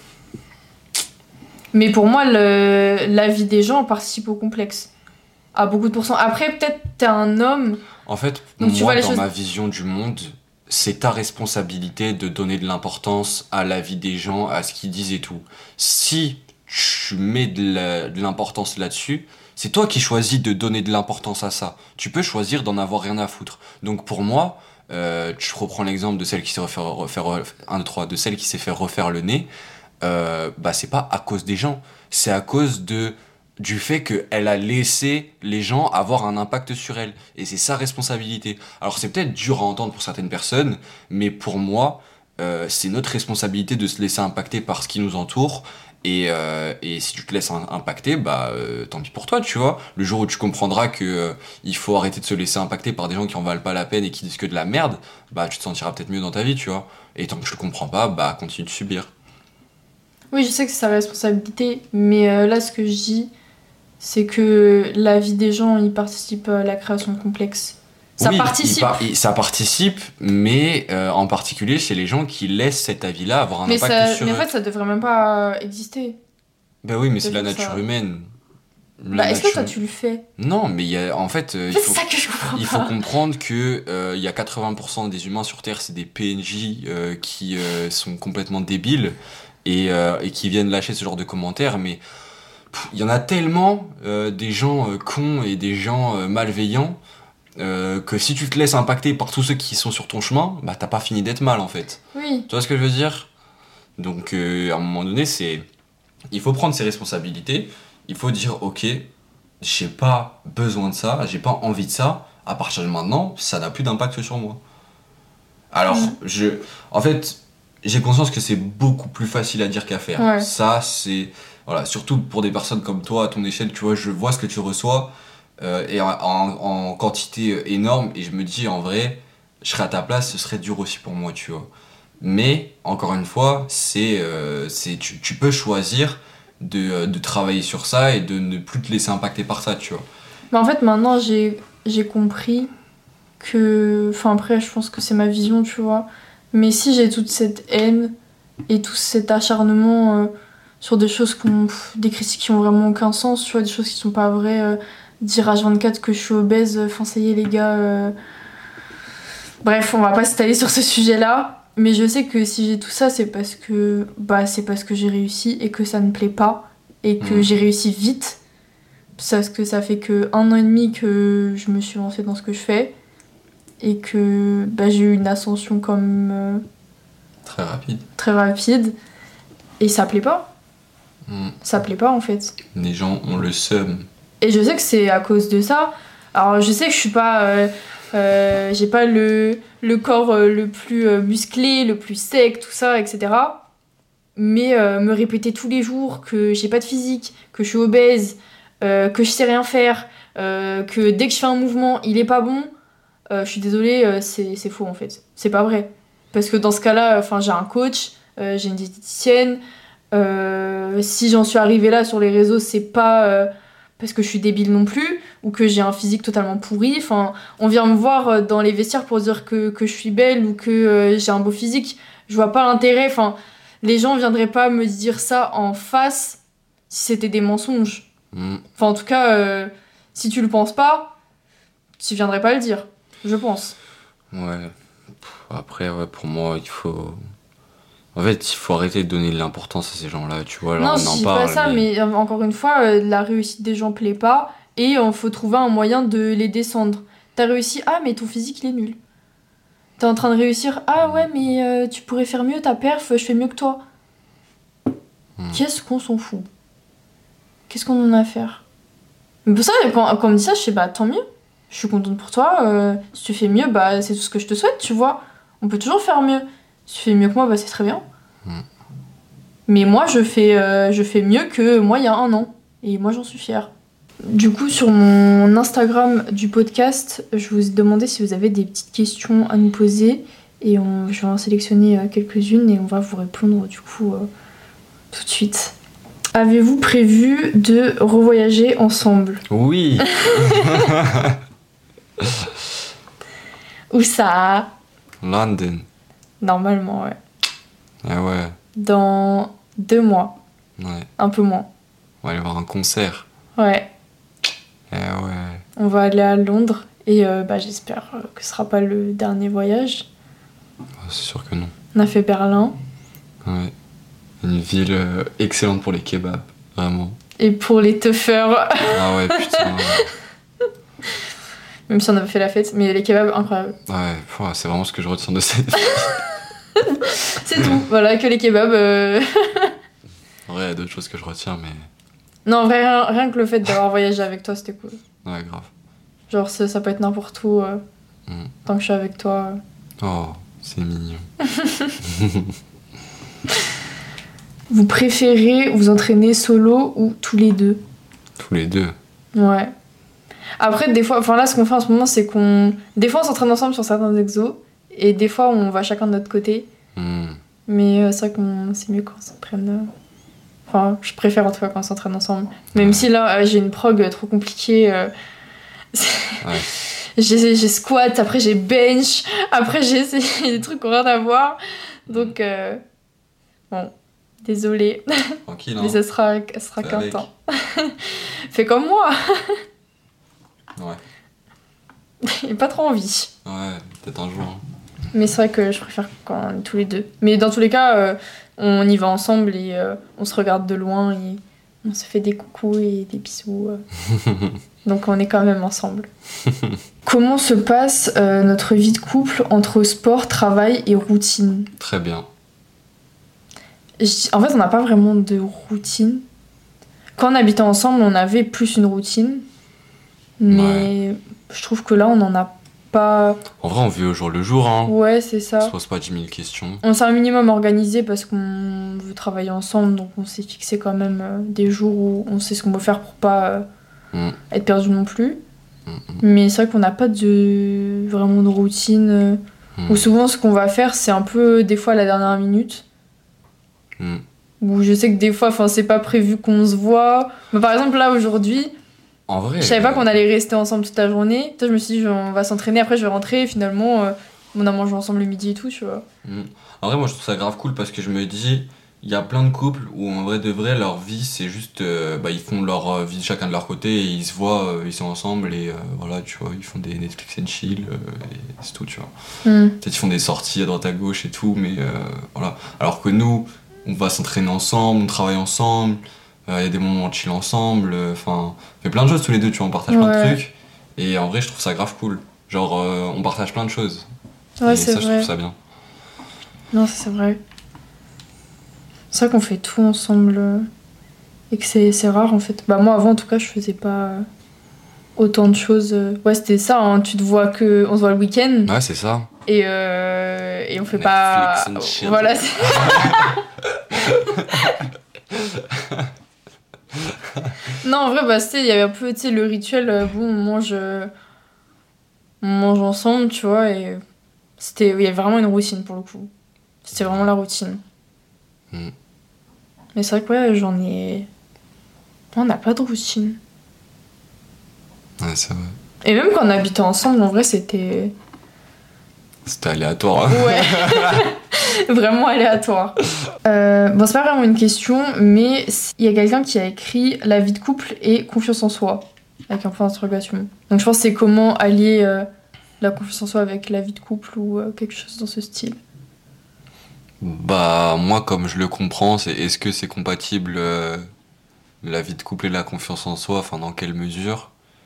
Mais pour moi, le, la vie des gens participe au complexe. À beaucoup de pourcents. Après, peut-être t'es un homme. En fait, Donc, tu moi, vois les dans choses- ma vision du monde, c'est ta responsabilité de donner de l'importance à la vie des gens, à ce qu'ils disent et tout. Si tu mets de la- de l'importance là-dessus, c'est toi qui choisis de donner de l'importance à ça. Tu peux choisir d'en avoir rien à foutre. Donc pour moi, euh, je reprends l'exemple de celle qui s'est refaire, refaire, un, deux, trois, de celle qui s'est fait refaire le nez. Euh, bah c'est pas à cause des gens, c'est à cause de du fait qu'elle a laissé les gens avoir un impact sur elle. Et c'est sa responsabilité. Alors c'est peut-être dur à entendre pour certaines personnes, mais pour moi, euh, c'est notre responsabilité de se laisser impacter par ce qui nous entoure. Et, euh, et si tu te laisses impacter, bah euh, tant pis pour toi, tu vois. Le jour où tu comprendras que euh, il faut arrêter de se laisser impacter par des gens qui en valent pas la peine et qui disent que de la merde, bah tu te sentiras peut-être mieux dans ta vie, tu vois. Et tant que tu le comprends pas, bah continue de subir. Oui, je sais que c'est sa responsabilité. Mais euh, là, ce que je dis, c'est que la vie des gens, ils participent à la création de complexes. Ça Oui, participe. il par- il- ça participe, mais euh, en particulier chez les gens qui laissent cet avis-là avoir un Mais, impact ça, sur mais en eux. fait, ça devrait même pas exister. Ben oui, mais c'est c'est la pour nature ça. humaine. La Bah, est-ce que nature- toi, tu le fais? Non, mais il y a, en fait, euh, En il fait, faut, c'est ça que je comprends il faut pas. comprendre que euh, il y a quatre-vingts pour cent des humains sur Terre, c'est des P N J euh, qui euh, sont complètement débiles et, euh, et qui viennent lâcher ce genre de commentaires, mais pff, il y en a tellement euh, des gens euh, cons et des gens euh, malveillants euh, que si tu te laisses impacter par tous ceux qui sont sur ton chemin, bah t'as pas fini d'être mal en fait. Oui. Tu vois ce que je veux dire? Donc euh, à un moment donné, c'est il faut prendre ses responsabilités, il faut dire ok, j'ai pas besoin de ça, j'ai pas envie de ça, à partir de maintenant, ça n'a plus d'impact sur moi. Alors, Mm. je en fait, j'ai conscience que c'est beaucoup plus facile à dire qu'à faire. Ouais. Ça c'est voilà, surtout pour des personnes comme toi à ton échelle, tu vois, je vois ce que tu reçois euh, et en, en- en quantité énorme et je me dis en vrai, je serais à ta place, ce serait dur aussi pour moi, tu vois. Mais encore une fois, c'est euh, c'est tu, tu peux choisir de, euh, de travailler sur ça et de ne plus te laisser impacter par ça, tu vois. Mais en fait, maintenant, j'ai j'ai compris que... Enfin, après, je pense que c'est ma vision, tu vois. Mais si j'ai toute cette haine et tout cet acharnement euh, sur des choses qui ont... pff, des critiques qui ont vraiment aucun sens, tu vois, des choses qui sont pas vraies, euh, dire H vingt-quatre que je suis obèse, enfin, ça y est, les gars... euh. Bref, on va pas s'étaler sur ce sujet-là. Mais je sais que si j'ai tout ça, c'est parce que... Bah, c'est parce que j'ai réussi et que ça ne plaît pas. Et que Mhm. j'ai réussi vite. Parce que ça fait que un an et demi que je me suis lancée dans ce que je fais et que bah, j'ai eu une ascension comme euh, Très rapide. très rapide et ça plaît pas, Mm. ça plaît pas en fait. Les gens ont le seum. Et je sais que c'est à cause de ça. Alors je sais que je suis pas, euh, euh, j'ai pas le, le corps euh, le plus euh, musclé, le plus sec, tout ça, et cetera. Mais euh, me répéter tous les jours que j'ai pas de physique, que je suis obèse, euh, que je sais rien faire, euh, que dès que je fais un mouvement, il est pas bon, euh, je suis désolée, euh, c'est, c'est faux en fait. C'est pas vrai. Parce que dans ce cas-là, enfin, j'ai un coach, euh, j'ai une diététicienne. Euh, si j'en suis arrivée là sur les réseaux, c'est pas euh, parce que je suis débile non plus, ou que j'ai un physique totalement pourri. Enfin, on vient me voir euh, dans les vestiaires pour dire que, que je suis belle ou que euh, j'ai un beau physique. Je vois pas l'intérêt. Enfin, les gens viendraient pas me dire ça en face si c'était des mensonges. Mm. Enfin, en tout cas, euh, si tu le penses pas, tu viendrais pas le dire. Je pense. Ouais. Pff, Après, ouais, pour moi, il faut. En fait, il faut arrêter de donner de l'importance à ces gens-là, tu vois. Là, non, on je en dis parle. pas ça, mais... euh, encore une fois, euh, la réussite des gens plaît pas. et il faut trouver un moyen de les descendre. T'as réussi, ah mais ton physique il est nul. T'es en train de réussir, ah ouais mais euh, tu pourrais faire mieux ta perf, je fais mieux que toi. Mm. Qu'est-ce qu'on s'en fout? Qu'est-ce qu'on en a à faire? Mais pour ça, quand, quand on me dit ça, je sais bah tant mieux. Je suis contente pour toi. Euh, si tu fais mieux, bah c'est tout ce que je te souhaite, tu vois. On peut toujours faire mieux. Si tu fais mieux que moi, bah c'est très bien. Mm. Mais moi, je fais, euh, je fais mieux que moi il y a un an. Et moi, j'en suis fière. Du coup, sur mon Instagram du podcast, je vous ai demandé si vous avez des petites questions à nous poser. Et on, je vais en sélectionner euh, quelques-unes et on va vous répondre du coup euh, tout de suite. Avez-vous prévu de revoyager ensemble? Oui. Où ça? London. Normalement, ouais. Ah ouais. Dans deux mois. Ouais. Un peu moins. On va aller voir un concert. Ouais. Eh ouais. On va aller à Londres et euh, bah, j'espère que ce sera pas le dernier voyage. C'est sûr que non. On a fait Berlin. Ouais. Une ville euh, excellente pour les kebabs, vraiment. Et pour les teufeurs. Ah ouais, putain. Même si on avait fait la fête, mais les kebabs, incroyables. Ouais, pff, c'est vraiment ce que je retiens de cette C'est tout, voilà, que les kebabs. Euh... En vrai, il y a d'autres choses que je retiens, mais... Non, en vrai, rien, rien que le fait d'avoir voyagé avec toi, c'était cool. Ouais, grave. Genre, ça, ça peut être n'importe où, euh, Mm. tant que je suis avec toi. euh. Oh, c'est mignon. Vous préférez vous entraîner solo ou tous les deux? Tous les deux. Ouais. Après, des fois, enfin là, ce qu'on fait en ce moment, c'est qu'on. Des fois, on s'entraîne ensemble sur certains exos, et des fois, on va chacun de notre côté. Mm. Mais euh, c'est vrai que c'est mieux quand on s'entraîne. euh, Enfin, je préfère en tout cas quand on s'entraîne ensemble. Même Ouais. si là, euh, j'ai une prog euh, trop compliquée. euh, Ouais. j'ai, j'ai squat, après j'ai bench, après j'ai essayé des trucs qui n'ont rien à voir. Donc, euh, bon, désolée. Tranquille, hein. Mais ça sera, ça sera Fais qu'un avec. temps. Fais comme moi. Ouais. J'ai pas trop envie. Ouais, peut-être un jour. hein. Mais c'est vrai que je préfère quand on est tous les deux. Mais dans tous les cas, euh, on y va ensemble et euh, on se regarde de loin et on se fait des coucous et des bisous. euh. Donc on est quand même ensemble. Comment se passe euh, notre vie de couple entre sport, travail et routine? Très bien. Je- En fait, on n'a pas vraiment de routine. Quand on habitait ensemble, on avait plus une routine. Mais je trouve que là, on n'en a pas. En vrai, on vit au jour le jour, hein. Ouais, c'est On se ça. pose pas dix mille questions. On s'est un minimum organisé parce qu'on veut travailler ensemble, donc on s'est fixé quand même euh, des jours où on sait ce qu'on veut faire pour pas euh, Mm. être perdu non plus. Mm, mm, Mais c'est vrai qu'on n'a pas de vraiment de routine. euh, mm. Ou souvent, ce qu'on va faire, c'est un peu des fois à la dernière minute. Mm. Où je sais que des fois, enfin, c'est pas prévu qu'on se voit. Mais par exemple, là aujourd'hui, En vrai. je savais pas euh, qu'on allait rester ensemble toute la journée. Toi, je me suis dit, on va s'entraîner, après je vais rentrer. Et finalement, euh, on a mangé ensemble le midi et tout, tu vois. Mm. En vrai, moi, je trouve ça grave cool parce que je me dis, il y a plein de couples où, en vrai de vrai, leur vie, c'est juste. euh, bah, ils font leur euh, vie chacun de leur côté et ils se voient, euh, ils sont ensemble et euh, voilà, tu vois, ils font des Netflix and chill euh, et c'est tout, tu vois. Hmm. Peut-être ils font des sorties à droite à gauche et tout, mais euh, voilà. Alors que nous, on va s'entraîner ensemble, on travaille ensemble, il y a des moments de chill ensemble, enfin, on fait plein de choses tous les deux, tu vois, on partage plein de Ouais. trucs. Et en vrai, je trouve ça grave cool. Genre, euh, on partage plein de choses. Ouais, et c'est ça, je vrai. trouve ça bien. Non, ça, c'est vrai. C'est vrai qu'on fait tout ensemble euh, et que c'est, c'est rare en fait. Bah, moi avant en tout cas, je faisais pas euh, autant de choses. euh. Ouais, c'était ça, hein, tu te vois que. On se voit le week-end Ouais, c'est ça. et, euh, et on fait Netflix pas. and chill. Voilà, c'est. Non, en vrai, bah, c'était, il y avait un peu, tu sais, le rituel, euh, bon, on mange, euh, on mange ensemble, tu vois, et c'était, il y avait vraiment une routine pour le coup. C'était vraiment la routine. Mm. Mais c'est vrai que, ouais, j'en ai. On n'a pas de routine. Ouais, c'est vrai. Et même quand on habitait ensemble, en vrai, c'était. C'était aléatoire. hein. Ouais. Vraiment aléatoire. Euh, bon, c'est pas vraiment une question, mais il y a quelqu'un qui a écrit La vie de couple et confiance en soi, avec un point d'interrogation. Donc je pense que c'est comment allier euh, la confiance en soi avec la vie de couple ou euh, quelque chose dans ce style. Bah, moi, comme je le comprends, c'est est-ce que c'est compatible euh, la vie de couple et la confiance en soi, enfin, dans quelle mesure?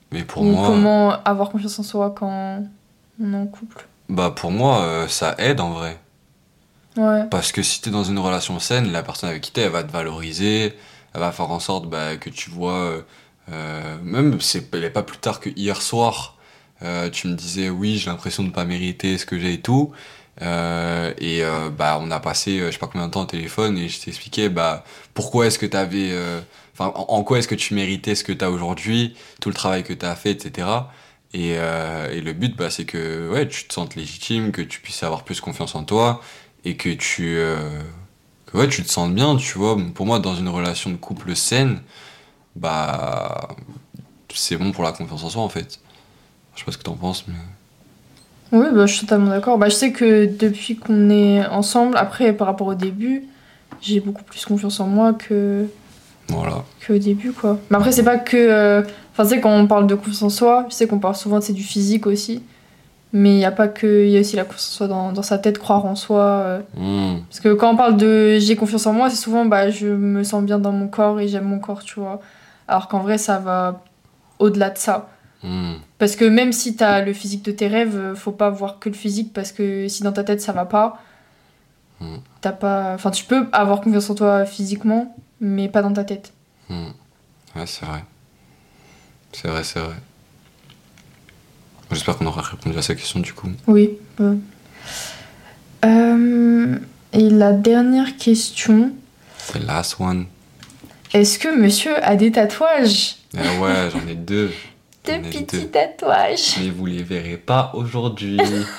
Mais pour Ou moi, comment avoir confiance en soi quand on est en couple. bah pour moi, euh, ça aide en vrai. Ouais. Parce que si t'es dans une relation saine, la personne avec qui t'es, elle va te valoriser, elle va faire en sorte bah, que tu vois, euh, euh, même c'est il y a pas plus tard que hier soir, euh, tu me disais oui, j'ai l'impression de pas mériter ce que j'ai et tout, euh, et euh, bah on a passé euh, je sais pas combien de temps au téléphone et je t'expliquais bah pourquoi est-ce que t'avais, euh, enfin en, en quoi est-ce que tu méritais ce que t'as aujourd'hui, tout le travail que t'as fait, et cetera. Et, euh, et le but bah c'est que ouais tu te sentes légitime, que tu puisses avoir plus confiance en toi et que tu euh, que ouais tu te sentes bien, tu vois. Pour moi dans une relation de couple saine, bah c'est bon pour la confiance en soi en fait. Je sais pas ce que t'en penses, mais Oui, bah, je suis totalement d'accord. Bah, je sais que depuis qu'on est ensemble, après, par rapport au début, j'ai beaucoup plus confiance en moi que voilà. qu'au début, quoi. Mais après, c'est pas que... euh, Enfin, tu sais, quand on parle de confiance en soi, je sais qu'on parle souvent, c'est du physique aussi. Mais il y a pas que... Il y a aussi la confiance en soi dans, dans sa tête, croire en soi. euh. Mmh. Parce que quand on parle de j'ai confiance en moi, c'est souvent, bah, je me sens bien dans mon corps et j'aime mon corps, tu vois. Alors qu'en vrai, ça va au-delà de ça. Mmh. Parce que même si t'as le physique de tes rêves, euh, faut pas voir que le physique, parce que si dans ta tête ça va pas, Mm. t'as pas... Enfin, tu peux avoir confiance en toi physiquement, mais pas dans ta tête. Mmh. Ouais, c'est vrai. C'est vrai, c'est vrai. J'espère qu'on aura répondu à sa question du coup. Oui. euh. Euh, Et la dernière question, The last one. est-ce que monsieur a des tatouages? Eh ouais, j'en ai deux. Deux J'en ai petits deux. tatouages. Mais vous les verrez pas aujourd'hui.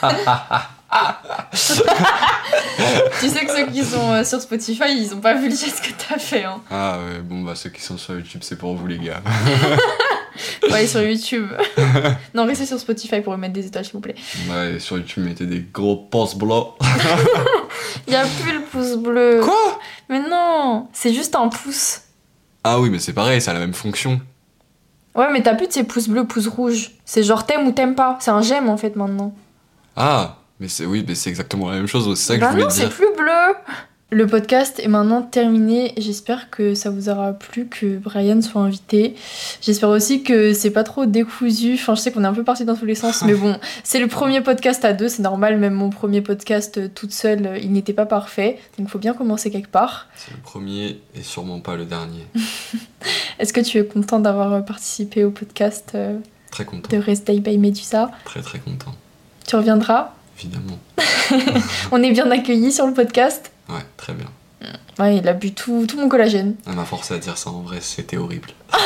Tu sais que ceux qui sont euh, sur Spotify, ils ont pas vu le geste que t'as fait. Hein. Ah ouais, bon bah ceux qui sont sur YouTube, c'est pour vous les gars. Ouais, sur YouTube. Non, restez sur Spotify pour mettre des étoiles, s'il vous plaît. Ouais, sur YouTube, mettez des gros pouces bleus. Il y a plus le pouce bleu. Quoi? Mais non, c'est juste un pouce. Ah oui, mais c'est pareil, ça a la même fonction. Ouais, mais t'as plus de ces pouces bleus, pouces rouges. C'est genre t'aimes ou t'aimes pas. C'est un j'aime en fait maintenant. Ah, mais c'est oui, mais c'est exactement la même chose, c'est ça que Bah je voulais non, c'est dire. plus bleu. Le podcast est maintenant terminé. J'espère que ça vous aura plu, que Brian soit invité. J'espère aussi que c'est pas trop décousu. Enfin, je sais qu'on est un peu parti dans tous les sens, mais bon, c'est le premier podcast à deux, c'est normal. Même mon premier podcast euh, toute seule, euh, il n'était pas parfait. Donc, faut bien commencer quelque part. C'est le premier et sûrement pas le dernier. Est-ce que tu es content d'avoir euh, participé au podcast euh, Très content. de Rest Day by Medusa? Très très content. Tu reviendras? Évidemment. On est bien accueillis sur le podcast. Ouais, très bien. Ouais, il a bu tout, tout mon collagène. Elle m'a forcé à dire ça en vrai, c'était horrible.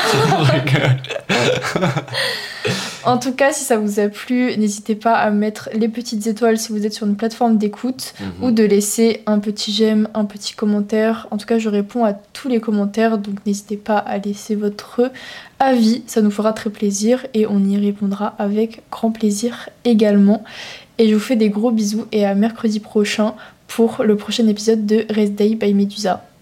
En tout cas, si ça vous a plu, n'hésitez pas à mettre les petites étoiles si vous êtes sur une plateforme d'écoute Mhm. ou de laisser un petit j'aime, un petit commentaire. En tout cas, je réponds à tous les commentaires, donc n'hésitez pas à laisser votre avis, ça nous fera très plaisir et on y répondra avec grand plaisir également. Et je vous fais des gros bisous et à mercredi prochain pour le prochain épisode de Rest Day by Medusa.